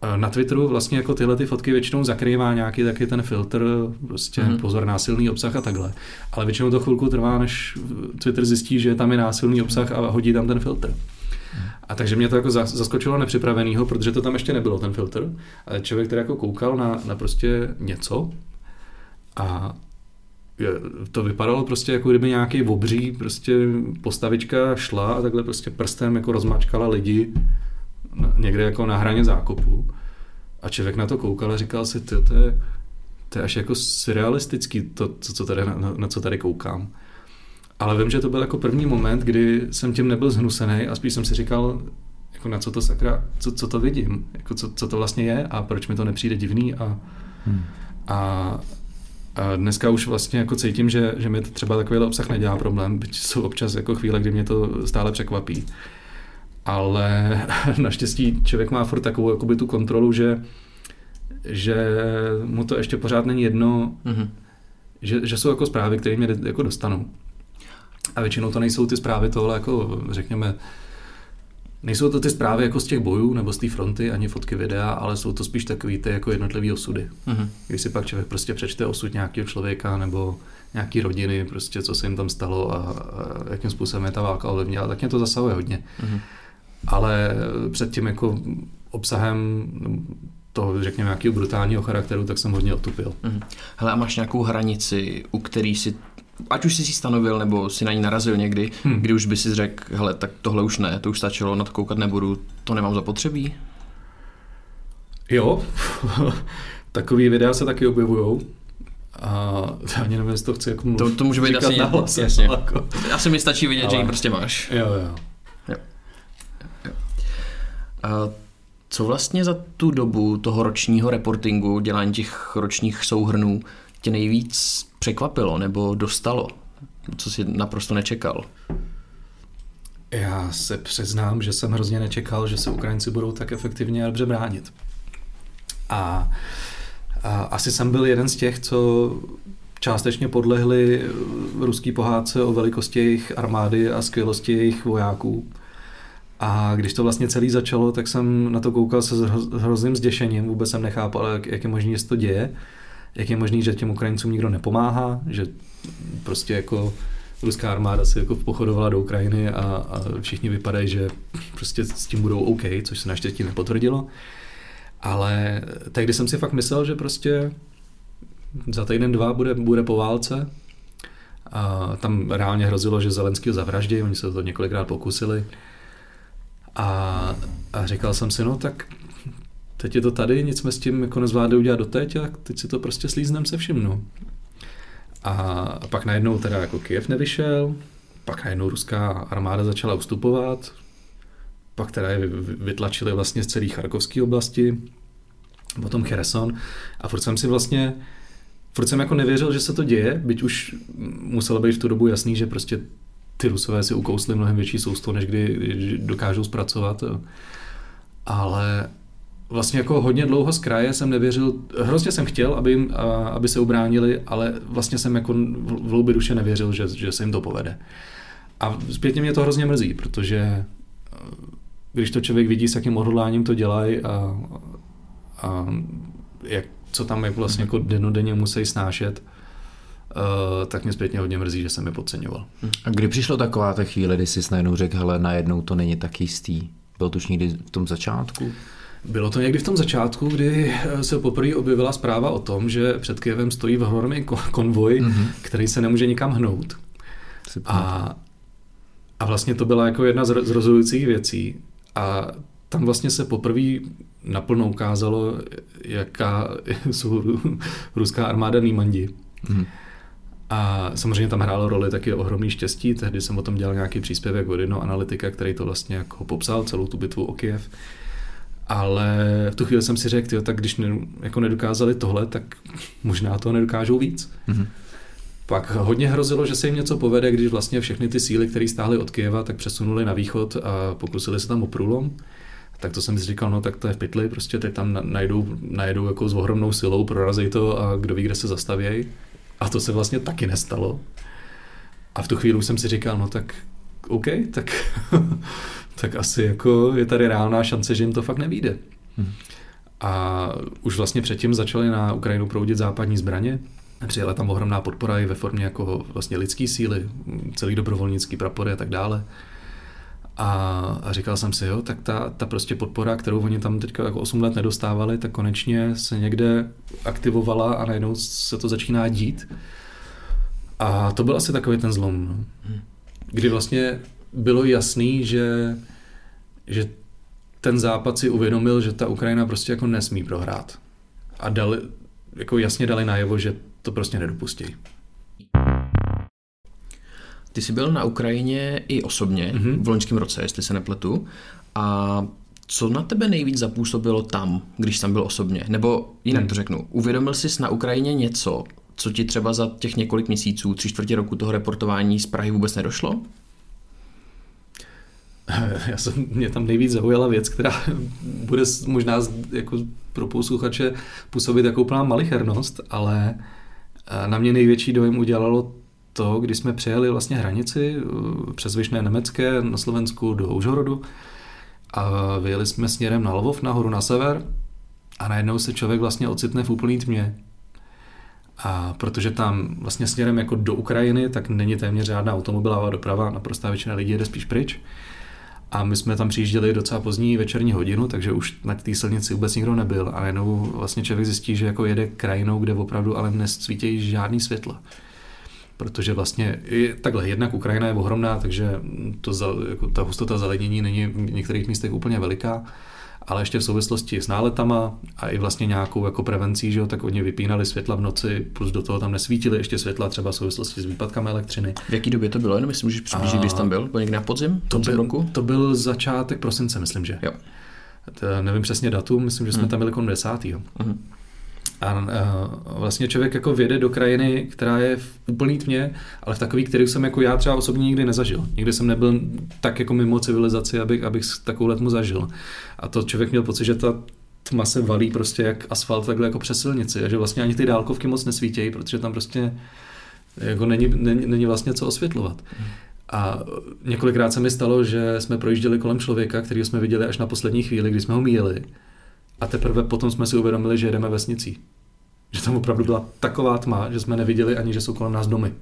Na Twitteru vlastně jako tyhle ty fotky většinou zakrývá nějaký taky ten filtr, prostě mm. pozor, násilný obsah a takhle. Ale většinou to chvilku trvá, než Twitter zjistí, že tam je násilný obsah a hodí tam ten filtr. A takže mě to jako zaskočilo nepřipravenýho, protože to tam ještě nebylo, ten filtr. Ale člověk, který jako koukal na, na prostě něco a to vypadalo prostě jako kdyby nějaký obří prostě postavička šla a takhle prostě prstem jako rozmačkala lidi někde jako na hraně zákopu. A člověk na to koukal a říkal si, to je, to je až jako surrealistický, to, co tady, na, na co tady koukám. Ale vím, že to byl jako první moment, kdy jsem tím nebyl zhnusený a spíš jsem si říkal, jako na co to sakra, co, co to vidím, jako co, co to vlastně je a proč mi to nepřijde divný a, hmm. a, a dneska už vlastně jako cítím, že, že mi to třeba takovýhle obsah nedělá problém, byť jsou občas jako chvíle, kdy mě to stále překvapí. Ale naštěstí člověk má furt takovou jakoby tu kontrolu, že, že mu to ještě pořád není jedno, mm-hmm. že, že jsou jako zprávy, které mě jako dostanou. A většinou to nejsou ty zprávy tohle, jako řekněme, nejsou to ty zprávy jako z těch bojů nebo z té fronty, ani fotky videa, ale jsou to spíš takový ty jako jednotlivý osudy. Mm-hmm. Když si pak člověk prostě přečte osud nějakého člověka nebo nějaký rodiny, prostě co se jim tam stalo a, a jakým způsobem je ta válka ovlivnila, tak mě to zasahuje hodně. Mm-hmm. Ale před tím jako obsahem toho, řekněme, nějakého brutálního charakteru, tak jsem hodně otupil. Mm-hmm. Hele, a máš nějakou hranici, u který si, ať už jsi si stanovil, nebo si na ní narazil někdy, hmm. kdy už by si řekl, hele, tak tohle už ne, to už stačilo, na to koukat nebudu, to nemám zapotřebí? Jo, takový videa se taky objevujou. A ani nevím, jestli to chci jako to, to může být asi nahlas, jasně. Jako. Asi mi stačí vidět, ale že ji prostě máš. Jo, jo. jo. jo. A co vlastně za tu dobu toho ročního reportingu, dělání těch ročních souhrnů tě nejvíc překvapilo nebo dostalo? Co jsi naprosto nečekal? Já se přiznám, že jsem hrozně nečekal, že se Ukrajinci budou tak efektivně a dobře bránit. A, a asi jsem byl jeden z těch, co částečně podlehli ruský pohádce o velikosti jejich armády a skvělosti jejich vojáků. A když to vlastně celý začalo, tak jsem na to koukal se s hrozným zděšením. Vůbec jsem nechápal, jak, jak je možný, že se to děje. Jak je možný, že těm Ukrajincům nikdo nepomáhá, že prostě jako ruská armáda se jako pochodovala do Ukrajiny a, a všichni vypadají, že prostě s tím budou OK, což se naštěstí nepotvrdilo. Ale tehdy jsem si fakt myslel, že prostě za týden, dva bude, bude po válce. A tam reálně hrozilo, že Zelenskýho zavraždí, oni se to několikrát pokusili. A, a říkal jsem si, no tak teď je to tady, nic jsme s tím jako nezvládli udělat doteď a teď si to prostě slíznem se vším, no. A pak najednou teda jako Kyjev nevyšel, pak najednou ruská armáda začala ustupovat, pak teda je vytlačili vlastně z celé Charkovské oblasti, potom Cherson a furt jsem si vlastně, furt jsem jako nevěřil, že se to děje, byť už muselo být v tu dobu jasný, že prostě ty Rusové si ukousli mnohem větší sousto, než kdy dokážou zpracovat. Ale vlastně jako hodně dlouho z kraje jsem nevěřil, hrozně jsem chtěl, aby, jim, aby se ubránili, ale vlastně jsem jako v hloubi duše nevěřil, že, že se jim to povede. A zpětně mě to hrozně mrzí, protože když to člověk vidí, s jakým odhodláním to dělají a, a jak, co tam jak vlastně jako dennodenně musí snášet, Uh, tak mě zpětně hodně mrzí, že jsem je podceňoval. A kdy přišlo taková ta chvíle, kdy jsi najednou řekl, hele, najednou to není tak jistý? Bylo to už někdy v tom začátku? Bylo to někdy v tom začátku, kdy se poprvé objevila zpráva o tom, že před Kyjevem stojí ohromný konvoj, mm-hmm. který se nemůže nikam hnout. A, a vlastně to byla jako jedna z rozhodujících věcí. A tam vlastně se poprvé naplno ukázalo, jaká jsou ruská armáda nímandi. Mm-hmm. A samozřejmě tam hrálo roli taky ohromný štěstí, tehdy jsem o tom dělal nějaký příspěvek od jednoho analytika, který to vlastně jako popsal, celou tu bitvu o Kyjev. Ale v tu chvíli jsem si řekl, tyjo, tak když ne, jako nedokázali tohle, tak možná to nedokážou víc. Mm-hmm. Pak hodně hrozilo, že se jim něco povede, když vlastně všechny ty síly, které stály od Kyjeva, tak přesunuli na východ a pokusili se tam o průlom. Tak to jsem si říkal, no tak to je v pytli, prostě teď tam najdou, najdou jako s ohromnou silou, prorazí to a kdo ví, kde se zastavějí. A to se vlastně taky nestalo. A v tu chvíli jsem si říkal, no tak OK, tak, tak asi jako je tady reálná šance, že jim to fakt nevyjde. Hmm. A už vlastně předtím začaly na Ukrajinu proudit západní zbraně. Přijela tam ohromná podpora i ve formě jako vlastně lidský síly, celý dobrovolnický prapory a tak dále. A, a říkal jsem si, jo, tak ta, ta prostě podpora, kterou oni tam teďka jako osm let nedostávali, tak konečně se někde aktivovala a najednou se to začíná dít. A to byl asi takový ten zlom, no. Kdy vlastně bylo jasný, že, že ten Západ si uvědomil, že ta Ukrajina prostě jako nesmí prohrát. A dali, jako jasně dali najevo, že to prostě nedopustí. Ty jsi byl na Ukrajině i osobně mm-hmm. v loňském roce, jestli se nepletu. A co na tebe nejvíc zapůsobilo tam, když jsi tam byl osobně? Nebo jinak mm. to řeknu, uvědomil jsi na Ukrajině něco, co ti třeba za těch několik měsíců, tři čtvrtě roku toho reportování z Prahy vůbec nedošlo? Já jsem, mě tam nejvíc zaujala věc, která bude možná jako pro posluchače působit jako úplná malichernost, ale na mě největší dojem udělalo to, když jsme přejeli vlastně hranici přes Vyšné Nemecké na Slovensku do Užhorodu a vyjeli jsme směrem na Lvov, nahoru na sever a najednou se člověk vlastně ocitne v úplný tmě. A protože tam vlastně směrem jako do Ukrajiny, tak není téměř žádná automobilová doprava, naprostá většina lidí jede spíš pryč. A my jsme tam přijížděli docela pozdní večerní hodinu, takže už na té silnici vůbec nikdo nebyl. A najednou vlastně člověk zjistí, že jako jede krajinou, kde opravdu ale nesvítějí žádný světla. Protože vlastně takhle, jednak Ukrajina je ohromná, takže to za, jako ta hustota zalenění není v některých místech úplně veliká, ale ještě v souvislosti s náletama a i vlastně nějakou jako prevencí, že jo, tak oni vypínali světla v noci, plus do toho tam nesvítily ještě světla třeba v souvislosti s výpadkami elektřiny. V jaký době to bylo? Jenom jestli můžeš přiblížit, když tam byl? Byl někde na podzim? To byl, to byl začátek prosince, myslím, že. Jo. To, nevím přesně datum, myslím, že jsme hmm. tam byli kolem desátého Hmm. A, a vlastně člověk jako vjede do krajiny, která je v úplný tmě, ale v takový, který jsem jako já třeba osobně nikdy nezažil. Nikdy jsem nebyl tak jako mimo civilizaci, abych, abych takovou tmu zažil. A to člověk měl pocit, že ta tma se valí prostě jak asfalt takhle jako přes silnici a že vlastně ani ty dálkovky moc nesvítějí, protože tam prostě jako není, není, není vlastně co osvětlovat. A několikrát se mi stalo, že jsme projížděli kolem člověka, kterýho jsme viděli až na poslední chvíli, kdy jsme ho míjeli. A teprve potom jsme si uvědomili, že jedeme vesnicí. Že tam opravdu byla taková tma, že jsme neviděli ani, že jsou kolem nás domy.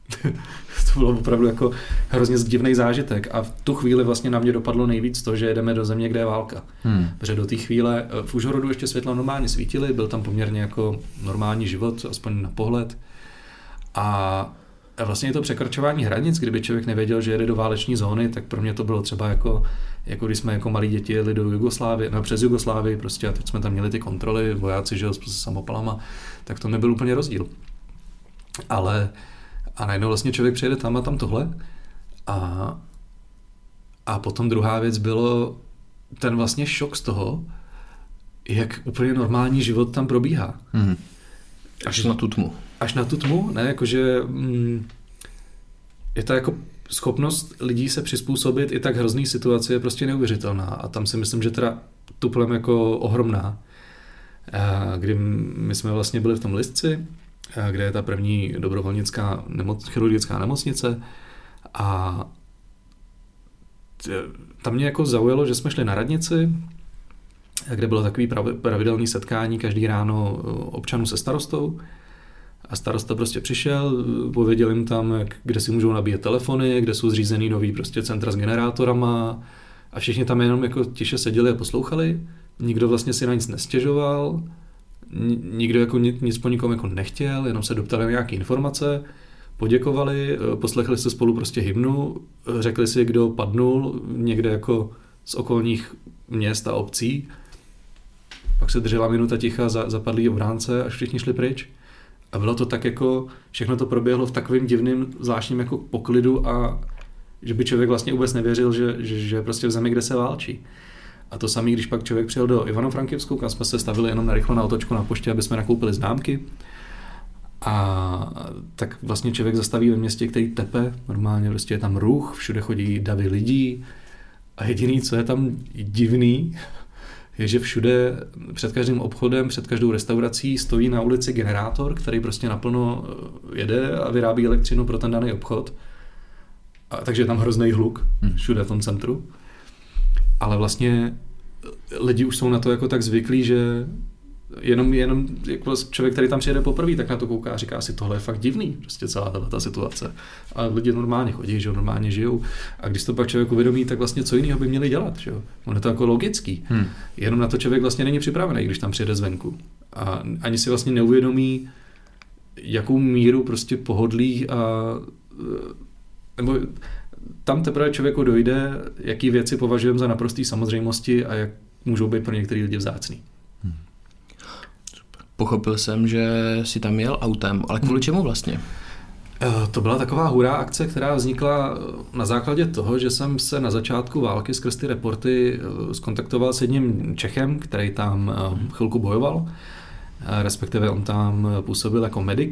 To bylo opravdu jako hrozně divný zážitek. A v tu chvíli vlastně na mě dopadlo nejvíc to, že jedeme do země, kde je válka. Hmm. Protože do té chvíle v Užhorodu ještě světla normálně svítily, byl tam poměrně jako normální život, aspoň na pohled. A vlastně je to překračování hranic, kdyby člověk nevěděl, že jede do váleční zóny, tak pro mě to bylo třeba jako, jako když jsme jako malí děti jeli do Jugoslávie, no přes Jugoslávii prostě a teď jsme tam měli ty kontroly, vojáci, že jo, s samopalama, tak to nebyl úplně rozdíl. Ale a najednou vlastně člověk přijede tam a tam tohle a, a potom druhá věc bylo ten vlastně šok z toho, jak úplně normální život tam probíhá. Hmm. Až na tu tmu. Až na tu tmu, ne, jakože mm, je to jako schopnost lidí se přizpůsobit i tak hrozný situaci je prostě neuvěřitelná a tam si myslím, že teda tuplem jako ohromná. A kdy my jsme vlastně byli v tom Listci, kde je ta první dobrovolnická nemoc, chirurgická nemocnice a tam mě jako zaujalo, že jsme šli na radnici, kde bylo takový pravidelné setkání každý ráno občanů se starostou. A starosta prostě přišel, pověděl jim tam, kde si můžou nabíjet telefony, kde jsou zřízený nový prostě centra s generátorama a všichni tam jenom jako tiše seděli a poslouchali. Nikdo vlastně si na nic nestěžoval, nikdo jako nic po nikom jako nechtěl, jenom se doptali na nějaké informace, poděkovali, poslechli se spolu prostě hymnu, řekli si, kdo padnul někde jako z okolních měst a obcí. Pak se držela minuta ticha za zapadlý obránce, až všichni šli pryč. A bylo to tak jako, všechno to proběhlo v takovým divným, zvláštním jako poklidu a že by člověk vlastně vůbec nevěřil, že, že, že prostě v zemi, kde se válčí. A to samý, když pak člověk přijel do Ivano-Frankivsku, kam jsme se stavili jenom na rychlo na otočku na poště, aby jsme nakoupili známky. A tak vlastně člověk zastaví ve městě, který tepe, normálně prostě je tam ruch, všude chodí davy lidí a jediný, co je tam divný, je, že všude před každým obchodem, před každou restaurací stojí na ulici generátor, který prostě naplno jede a vyrábí elektřinu pro ten daný obchod. A takže je tam hrozný hluk všude v tom centru. Ale vlastně lidi už jsou na to jako tak zvyklí, že jenom, jenom jako člověk, který tam přijede poprvé, tak na to kouká a říká si, tohle je fakt divný, prostě celá ta situace. A lidi normálně chodí, že normálně žijou. A když to pak člověk uvědomí, tak vlastně co jiného by měli dělat, že jo? On je to jako logický. Hmm. Jenom na to člověk vlastně není připravený, když tam přijede zvenku. A ani si vlastně neuvědomí, jakou míru prostě pohodlí a nebo tam teprve člověku dojde, jaký věci považujeme za naprostý samozřejmosti a jak můžou být pro některé lidi vzácný. Hmm. Pochopil jsem, že si tam jel autem, ale kvůli čemu vlastně? To byla taková hurá akce, která vznikla na základě toho, že jsem se na začátku války skrz ty reporty skontaktoval s jedním Čechem, který tam chvilku bojoval, respektive on tam působil jako medic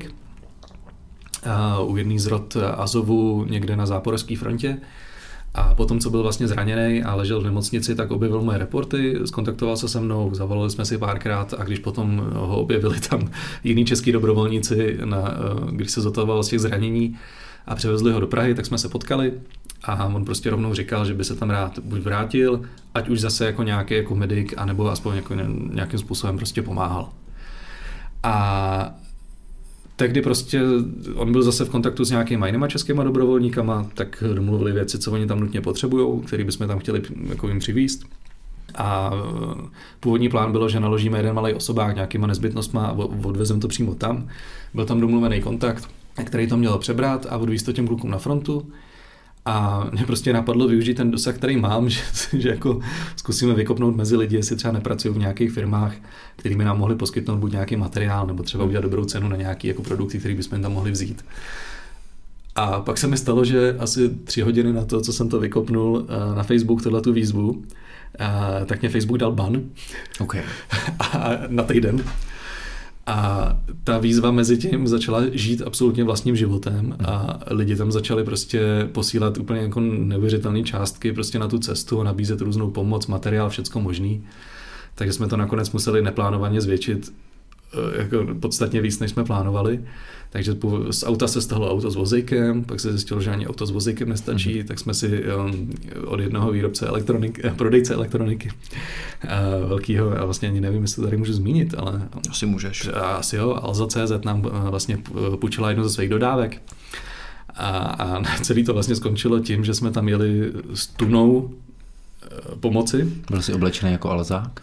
u jedný z rot Azovu někde na záporožské frontě. A potom, co byl vlastně zraněný a ležel v nemocnici, tak objevil moje reporty, skontaktoval se se mnou, zavolali jsme si párkrát a když potom ho objevili tam jiní český dobrovolníci, na, když se zotavoval z těch zranění a převezli ho do Prahy, tak jsme se potkali a on prostě rovnou říkal, že by se tam rád buď vrátil, ať už zase jako nějaký jako medic, anebo aspoň jako nějakým způsobem prostě pomáhal. A tehdy prostě on byl zase v kontaktu s nějakýma jinýma českýma dobrovolníkama, tak domluvili věci, co oni tam nutně potřebujou, který bychom tam chtěli jako jim přivízt. A původní plán bylo, že naložíme jeden malý osobák nějakýma nezbytnostma a odvezeme to přímo tam. Byl tam domluvený kontakt, který to měl přebrat a odvízt to těm klukům na frontu. A mě prostě napadlo využít ten dosah, který mám, že, že jako zkusíme vykopnout mezi lidi, jestli třeba nepracují v nějakých firmách, kterými nám mohli poskytnout buď nějaký materiál, nebo třeba udělat dobrou cenu na nějaký jako produkty, který bychom tam mohli vzít. A pak se mi stalo, že asi tři hodiny na to, co jsem to vykopnul na Facebook, tohletu výzvu, tak mě Facebook dal ban. Okay. A na týden. A ta výzva mezi tím začala žít absolutně vlastním životem a lidi tam začali prostě posílat úplně jako neuvěřitelné částky prostě na tu cestu, nabízet různou pomoc, materiál, všecko možný. Takže jsme to nakonec museli neplánovaně zvětšit jako podstatně víc, než jsme plánovali. Takže z auta se stalo auto s vozejkem, pak se zjistilo, že ani auto s vozejkem nestačí, mm-hmm. tak jsme si um, od jednoho výrobce elektronik, prodejce elektroniky uh, velkýho, a vlastně ani nevím, jestli to tady můžu zmínit, ale asi můžeš. Asi jo, Alza tečka cé zet nám uh, vlastně půjčila jednu ze svých dodávek. A, a celý to vlastně skončilo tím, že jsme tam jeli s tunou uh, pomoci. Byl jsi oblečený jako Alzák?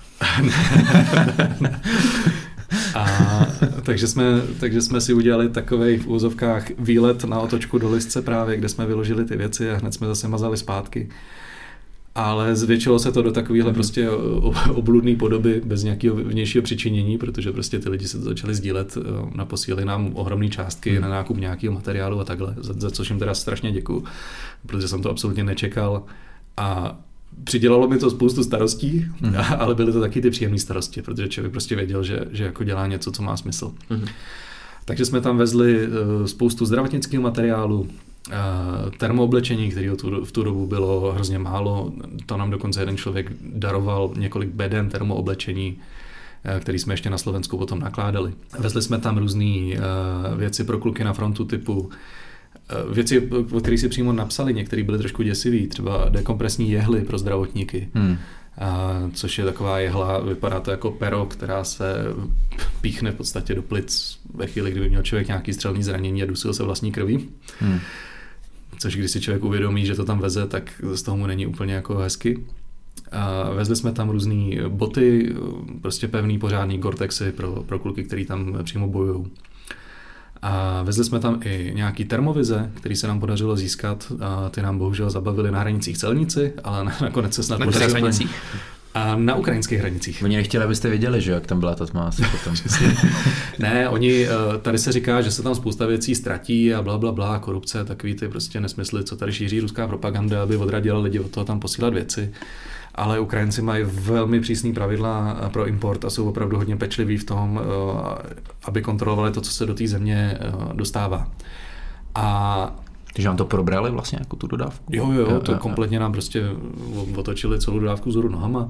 A takže jsme, takže jsme si udělali takovej v úzovkách výlet na otočku do Lysce právě, kde jsme vyložili ty věci a hned jsme zase mazali zpátky. Ale zvětšilo se to do takovéhle mm. prostě obludné podoby bez nějakého vnějšího přičinění, protože prostě ty lidi se to začali sdílet, naposílali nám ohromné částky mm. na nákup nějakého materiálu a takhle, za, za což jim teda strašně děkuju, protože jsem to absolutně nečekal a přidělalo mi to spoustu starostí, mm. ale byly to taky ty příjemné starosti, protože člověk prostě věděl, že, že jako dělá něco, co má smysl. Mm. Takže jsme tam vezli spoustu zdravotnického materiálu, termooblečení, kterého v tu dobu bylo hrozně málo. To nám dokonce jeden člověk daroval několik beden termooblečení, který jsme ještě na Slovensku potom nakládali. Vezli jsme tam různé věci pro kluky na frontu typu věci, o kterých si přímo napsali, některé byly trošku děsivý, třeba dekompresní jehly pro zdravotníky, hmm. a, což je taková jehla, vypadá to jako pero, která se píchne v podstatě do plic ve chvíli, kdyby měl člověk nějaký střelný zranění a dusil se vlastní krví. Hmm. Což když si člověk uvědomí, že to tam veze, tak z toho mu není úplně jako hezky. A vezli jsme tam různý boty, prostě pevný, pořádný Gore-Texy pro, pro kluky, který tam přímo bojují. A vezli jsme tam i nějaký termovize, který se nám podařilo získat a ty nám bohužel zabavili na hranicích celníci, ale nakonec se snad na kterých hranicích? A na ukrajinských hranicích. Oni nechtěli, abyste věděli, že jak tam byla ta tma asi potom. Ne, oni, tady se říká, že se tam spousta věcí ztratí a bla, bla, bla, korupce, takový ty prostě nesmysly, co tady šíří ruská propaganda, aby odradila lidi od toho tam posílat věci. Ale Ukrajinci mají velmi přísný pravidla pro import a jsou opravdu hodně pečliví v tom, aby kontrolovali to, co se do té země dostává. A takže nám to probrali vlastně jako tu dodávku? Jo, jo, to kompletně nám prostě otočili celou dodávku vzhůru nohama.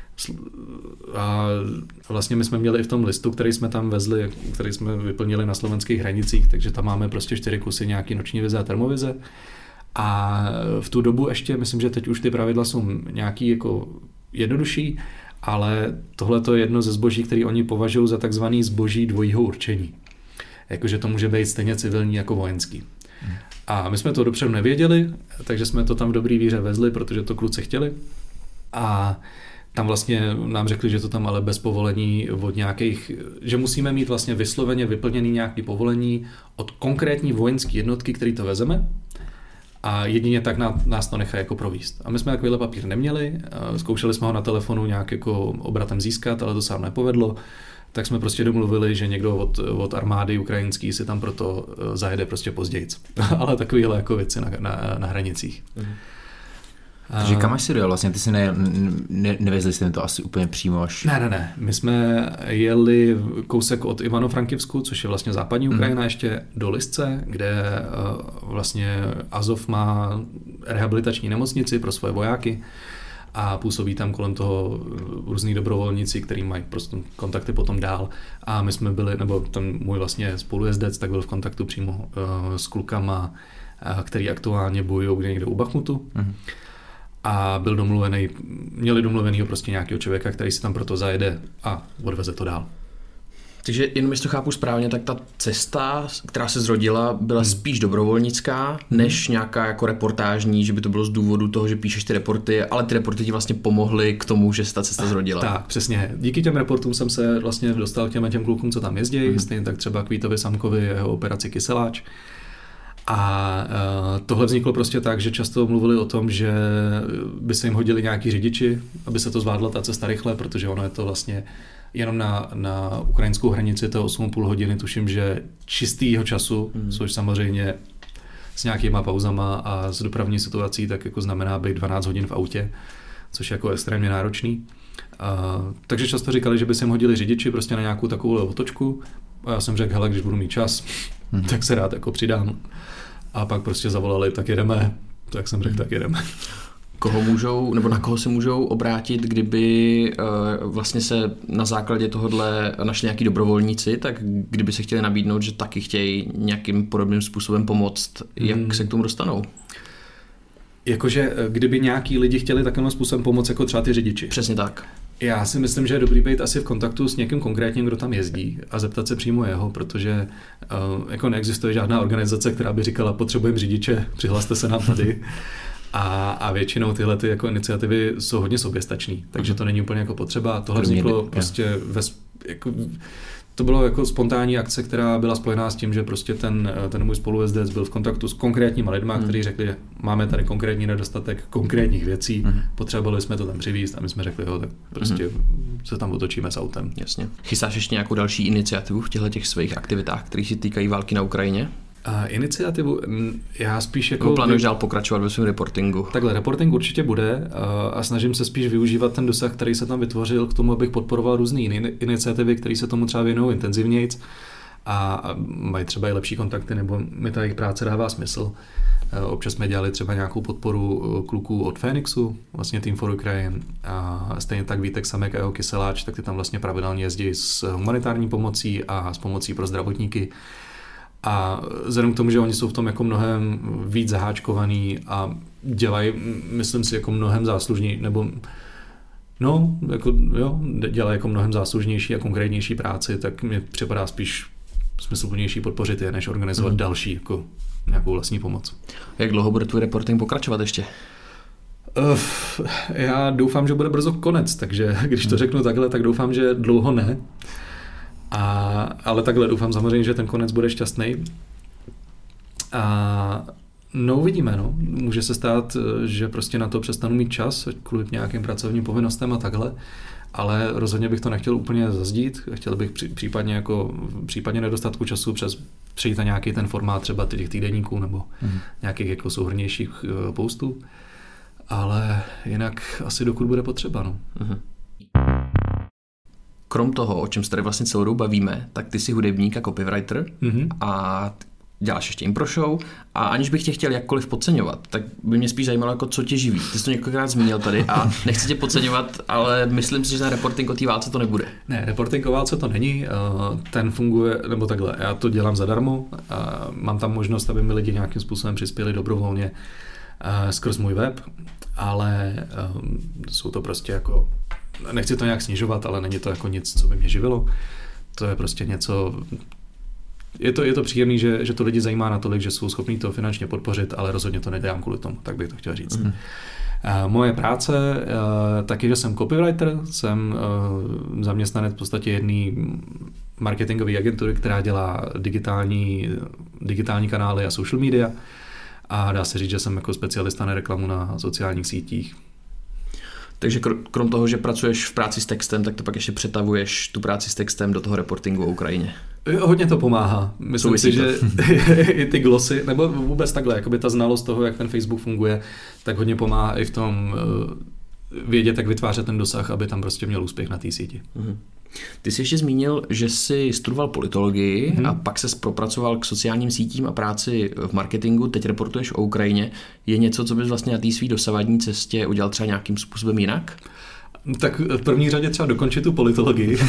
A vlastně my jsme měli i v tom listu, který jsme tam vezli, který jsme vyplnili na slovenských hranicích, takže tam máme prostě čtyři kusy nějaký noční vize a termovize. A v tu dobu ještě, myslím, že teď už ty pravidla jsou nějaký jako jednodušší, ale tohle je jedno ze zboží, který oni považují za takzvaný zboží dvojího určení. Jakože to může být stejně civilní jako vojenský. A my jsme to dopředu nevěděli, takže jsme to tam v dobrý víře vezli, protože to kluci chtěli. A tam vlastně nám řekli, že to tam ale bez povolení od nějakých, že musíme mít vlastně vysloveně vyplněný nějaký povolení od konkrétní vojenské jednotky, který to vezeme. A jedině tak nás to nechá jako províst. A my jsme takovýhle papír neměli, zkoušeli jsme ho na telefonu nějak jako obratem získat, ale to se nám nepovedlo. Tak jsme prostě domluvili, že někdo od, od armády ukrajinský si tam proto zajede prostě pozdějc. Ale takovýhle jako věci na, na, na hranicích. Mm. Takže kam až si dojel vlastně? Ty si ne, ne, nevezli jste to asi úplně přímo až... Ne, ne, ne. My jsme jeli kousek od Ivano-Frankivsku, což je vlastně západní Ukrajina, mm. ještě do Lysce, kde uh, vlastně Azov má rehabilitační nemocnici pro svoje vojáky a působí tam kolem toho různý dobrovolníci, který mají prostě kontakty potom dál. A my jsme byli, nebo ten můj vlastně spolujezdec, tak byl v kontaktu přímo uh, s klukama, uh, který aktuálně bojují někde u Bachmutu. Mm. A byl domluvený, měli domluvenýho prostě nějakého člověka, který si tam proto zajede a odveze to dál. Takže jenom jestli to chápu správně, tak ta cesta, která se zrodila, byla hmm. spíš dobrovolnická, než nějaká jako reportážní, že by to bylo z důvodu toho, že píšeš ty reporty, ale ty reporty ti vlastně pomohly k tomu, že se ta cesta zrodila. Tak, přesně. Díky těm reportům jsem se vlastně dostal k těm, těm klukům, co tam jezdí, hmm. stejně tak třeba k Vítovi Samkovi, jeho operaci Kyseláč. A tohle vzniklo prostě tak, že často mluvili o tom, že by se jim hodili nějaký řidiči, aby se to zvládla ta cesta rychle, protože ono je to vlastně jenom na, na ukrajinskou hranici to osm a půl hodiny, tuším, že čistýho času, mm. což samozřejmě s nějakýma pauzama a s dopravní situací, tak jako znamená být dvanáct hodin v autě, což je jako extrémně náročný. A, takže často říkali, že by se jim hodili řidiči prostě na nějakou takovou otočku. A já jsem řekl, hele, když budu mít čas, mm. tak se rád jako přidám. A pak prostě zavolali, tak jedeme, tak jsem řekl, tak jedeme. Koho můžou, nebo na koho se můžou obrátit, kdyby uh, vlastně se na základě tohohle našli nějaký dobrovolníci, tak kdyby se chtěli nabídnout, že taky chtějí nějakým podobným způsobem pomoct, jak hmm. se k tomu dostanou? Jakože kdyby nějaký lidi chtěli takovým způsobem pomoct, jako třeba ty řidiči. Přesně tak. Já si myslím, že je dobrý být asi v kontaktu s někým konkrétním, kdo tam jezdí a zeptat se přímo jeho, protože uh, jako neexistuje žádná organizace, která by říkala, potřebujeme řidiče, přihlaste se nám tady. A, a většinou tyhle ty jako iniciativy jsou hodně soběstačný, takže to není úplně jako potřeba. Tohle vzniklo prostě ve, jako, to bylo jako spontánní akce, která byla spojená s tím, že prostě ten, ten můj spolujezdec byl v kontaktu s konkrétníma lidma, hmm. kteří řekli, že máme tady konkrétní nedostatek konkrétních věcí, hmm. potřebovali jsme to tam přivízt a my jsme řekli, jo, tak prostě hmm. se tam otočíme s autem. Jasně. Chystáš ještě nějakou další iniciativu v těchto těch svých aktivitách, které se týkají války na Ukrajině? A iniciativu, já spíš jako... Plánuješ dál pokračovat ve svém reportingu? Takhle, reporting určitě bude a snažím se spíš využívat ten dosah, který se tam vytvořil k tomu, abych podporoval různé iniciativy, které se tomu třeba věnují intenzivnějc a mají třeba i lepší kontakty, nebo mi ta jejich práce dává smysl. Občas jsme dělali třeba nějakou podporu kluků od Fénixu, vlastně Team for Ukraine, a stejně tak Vítek Samek a jeho Kyseláč, tak ty tam vlastně pravidelně jezdí s humanitární pomocí a s pomocí pro zdravotníky. A vzhledem k tomu, že oni jsou v tom jako mnohem víc zaháčkovaný a dělají, myslím si, jako mnohem záslužnější, nebo no, jako, jo, dělají jako mnohem záslužnější a konkrétnější práci, tak mi připadá spíš smysluplnější podpořit je, než organizovat mm. další, jako nějakou vlastní pomoc. Jak dlouho bude tvůj reporting pokračovat ještě? Uh, já doufám, že bude brzo konec, takže když to řeknu takhle, tak doufám, že dlouho ne. A, ale takhle doufám samozřejmě, že ten konec bude šťastný. A no uvidíme, no. Může se stát, že prostě na to přestanu mít čas, kvůli nějakým pracovním povinnostem a takhle, ale rozhodně bych to nechtěl úplně zazdít. Chtěl bych při, případně jako případně nedostatku času přes přejít na nějaký ten formát třeba těch týdenníků nebo mm. nějakých jako souhrnnějších postů. Ale jinak asi dokud bude potřeba, no. Mm. Krom toho, o čem se tady vlastně celou dobu bavíme, tak ty jsi hudebník a copywriter mm-hmm. a děláš ještě impro show a aniž bych tě chtěl jakkoliv podceňovat, tak by mě spíš zajímalo, jako co tě živí. Ty jsi to několikrát zmínil tady a nechci tě podceňovat, ale myslím si, že ten reporting o té válce to nebude. Ne, reporting o válce to není, ten funguje, nebo takhle, já to dělám zadarmo, mám tam možnost, aby mi lidi nějakým způsobem přispěli dobrovolně skrz můj web, ale jsou to prostě jako, nechci to nějak snižovat, ale není to jako nic, co by mě živilo. To je prostě něco, je to, je to příjemný, že, že to lidi zajímá natolik, že jsou schopní to finančně podpořit, ale rozhodně to nedělám kvůli tomu, tak bych to chtěl říct. Mm. Moje práce, taky, že jsem copywriter, jsem zaměstnanec v podstatě jedné marketingové agentury, která dělá digitální, digitální kanály a social media a dá se říct, že jsem jako specialista na reklamu na sociálních sítích. Takže krom toho, že pracuješ v práci s textem, tak to pak ještě přetavuješ tu práci s textem do toho reportingu o Ukrajině. Hodně to pomáhá. Myslím Souvisí si, to. že i ty glosy, nebo vůbec takhle, jakoby ta znalost toho, jak ten Facebook funguje, tak hodně pomáhá i v tom vědět, jak vytvářet ten dosah, aby tam prostě měl úspěch na té síti. Mm-hmm. Ty jsi ještě zmínil, že jsi studoval politologii mm-hmm. a pak ses propracoval k sociálním sítím a práci v marketingu, teď reportuješ o Ukrajině. Je něco, co bys vlastně na té své dosavadní cestě udělal třeba nějakým způsobem jinak? Tak v první řadě třeba dokončit tu politologii,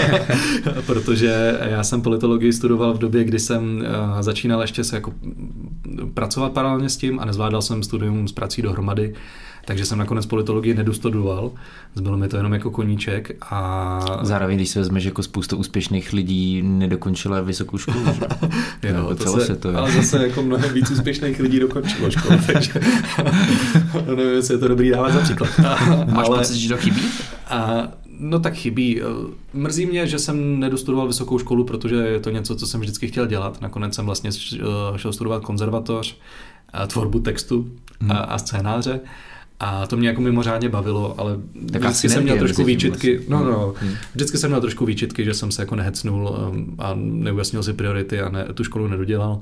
protože já jsem politologii studoval v době, kdy jsem začínal ještě se jako pracovat paralelně s tím a nezvládal jsem studium s prací dohromady, takže jsem nakonec politologii nedostudoval, zbylo mi to jenom jako koníček a... Zároveň, když se vezmeš, jako spousta úspěšných lidí nedokončila vysokou školu, že? Jo, to se, to ale zase jako mnohem víc úspěšných lidí dokončilo školu, takže nevím, jestli je to dobrý dávat za příklad. Máš ale... pocit, že to chybí? A, no tak chybí. Mrzí mě, že jsem nedostudoval vysokou školu, protože je to něco, co jsem vždycky chtěl dělat. Nakonec jsem vlastně šel studovat konzervatoř, tvorbu textu a, a scénáře. A to mě jako mimořádně bavilo, ale tak vždycky jsem měl trošku výčitky, no, no, hmm. vždycky jsem měl trošku výčitky, že jsem se jako nehecnul a neujasnil si priority a ne, tu školu nedodělal.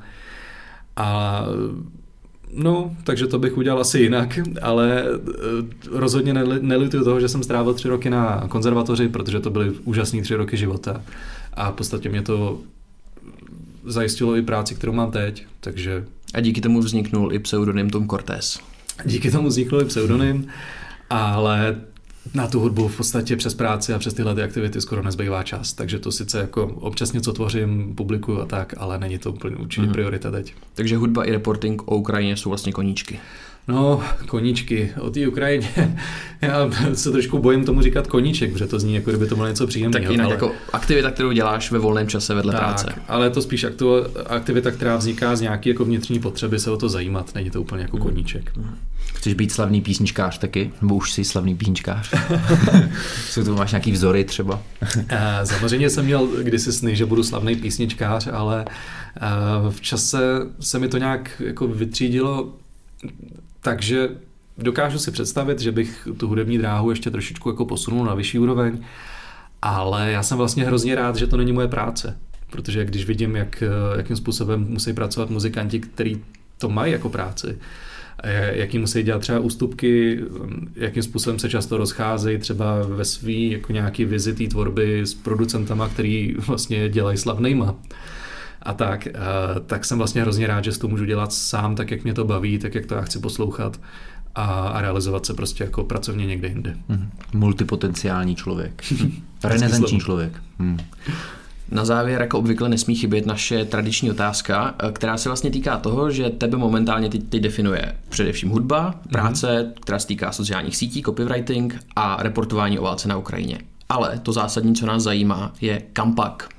A no, takže to bych udělal asi jinak, ale rozhodně nelituju toho, že jsem strávil tři roky na konzervatoři, protože to byly úžasný tři roky života a v podstatě mě to zajistilo i práci, kterou mám teď, takže... A díky tomu vzniknul i pseudonym Tom Cortés. Díky tomu vznikl i pseudonym, ale na tu hudbu v podstatě přes práci a přes tyhle ty aktivity skoro nezbývá čas, takže to sice jako občas něco tvořím, publikuju a tak, ale není to úplně určitě priorita teď. Takže hudba i reporting o Ukrajině jsou vlastně koníčky. No, koníčky. O té Ukrajině, já se trošku bojím tomu říkat koníček, protože to zní, jako kdyby to bylo něco příjemného. Tak jinak ale... jako aktivita, kterou děláš ve volném čase vedle tak, práce. Ale je to spíš aktivita, která vzniká z nějaké jako vnitřní potřeby se o to zajímat, není to úplně jako koníček. Chceš být slavný písničkář taky? Nebo už jsi slavný písničkář? Jsou to, máš nějaký vzory třeba? Samozřejmě jsem měl kdysi sny, že budu slavný písničkář, ale v čase se mi to nějak jako vytřídilo. Takže dokážu si představit, že bych tu hudební dráhu ještě trošičku jako posunul na vyšší úroveň, ale já jsem vlastně hrozně rád, že to není moje práce, protože když vidím, jak, jakým způsobem musí pracovat muzikanti, kteří to mají jako práci, jaký musí dělat třeba ústupky, jakým způsobem se často rozcházejí třeba ve svý jako nějaký vizi té tvorby s producentama, který vlastně dělají slavnejma. A tak, tak jsem vlastně hrozně rád, že to můžu dělat sám, tak jak mě to baví, tak jak to já chci poslouchat a, a realizovat se prostě jako pracovně někde jinde. Hmm. Multipotenciální člověk. Renesanční člověk. Hmm. Na závěr, jako obvykle, nesmí chybět naše tradiční otázka, která se vlastně týká toho, že tebe momentálně teď, teď definuje především hudba, práce, mm-hmm. která se týká sociálních sítí, copywriting a reportování o válce na Ukrajině. Ale to zásadní, co nás zajímá, je kam pak?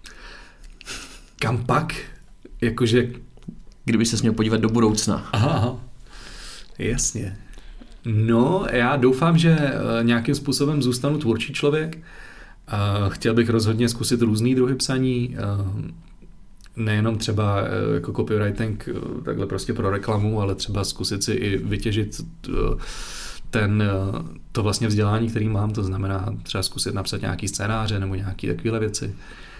Kam pak? Jakože... Kdyby se měl podívat do budoucna. Aha, aha. Jasně. No, já doufám, že nějakým způsobem zůstanu tvůrčí člověk. Chtěl bych rozhodně zkusit různý druhy psaní, nejenom třeba jako copywriting takhle prostě pro reklamu, ale třeba zkusit si i vytěžit ten, to vlastně vzdělání, který mám, to znamená třeba zkusit napsat nějaký scénáře nebo nějaké takovéhle věci.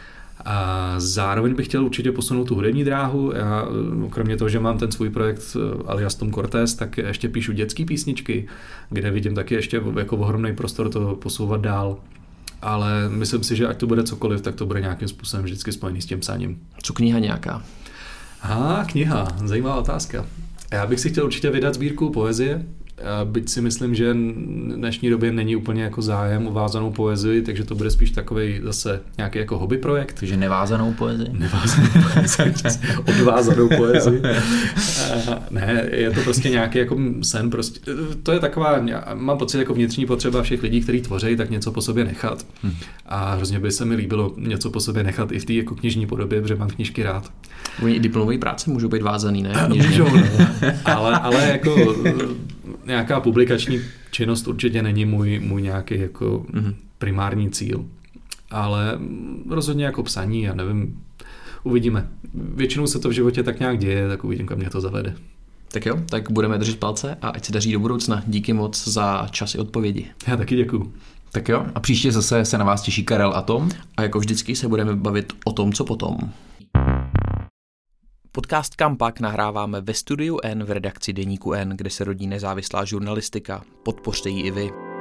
A zároveň bych chtěl určitě posunout tu hudební dráhu. Já, kromě toho, že mám ten svůj projekt alias Tom Cortés, tak ještě píšu dětské písničky, kde vidím taky ještě jako ohromný prostor to posouvat dál. Ale myslím si, že ať to bude cokoliv, tak to bude nějakým způsobem vždycky spojený s tím psáním. Co kniha nějaká? Aha, kniha, zajímavá otázka. Já bych si chtěl určitě vydat sbírku poezie Byť si myslím, že v dnešní době není úplně jako zájem o vázanou poezii, takže to bude spíš takovej zase nějaký jako hobby projekt. Takže nevázanou poezii? Nevázanou poezii, odvázanou poezii. Ne, je to prostě nějaký jako sen, prostě, to je taková, mám pocit jako vnitřní potřeba všech lidí, kteří tvoří, tak něco po sobě nechat. Hmm. A hrozně by se mi líbilo něco po sobě nechat i v té jako knižní podobě, protože mám knížky rád. Oni diplomové práce můžou být vázaný, ne? Můžou, no. ale, ale jako nějaká publikační činnost určitě není můj, můj nějaký jako mm-hmm. primární cíl. Ale rozhodně jako psaní, já nevím, uvidíme. Většinou se to v životě tak nějak děje, tak uvidím, kam mě to zavede. Tak jo, tak budeme držet palce a ať se daří do budoucna. Díky moc za čas i odpovědi. Já taky děkuju. Tak jo, a příště zase se na vás těší Karel a Tom. A jako vždycky se budeme bavit o tom, co potom. Podcast Kampak nahráváme ve Studiu N v redakci Deníku N, kde se rodí nezávislá žurnalistika. Podpořte ji i vy.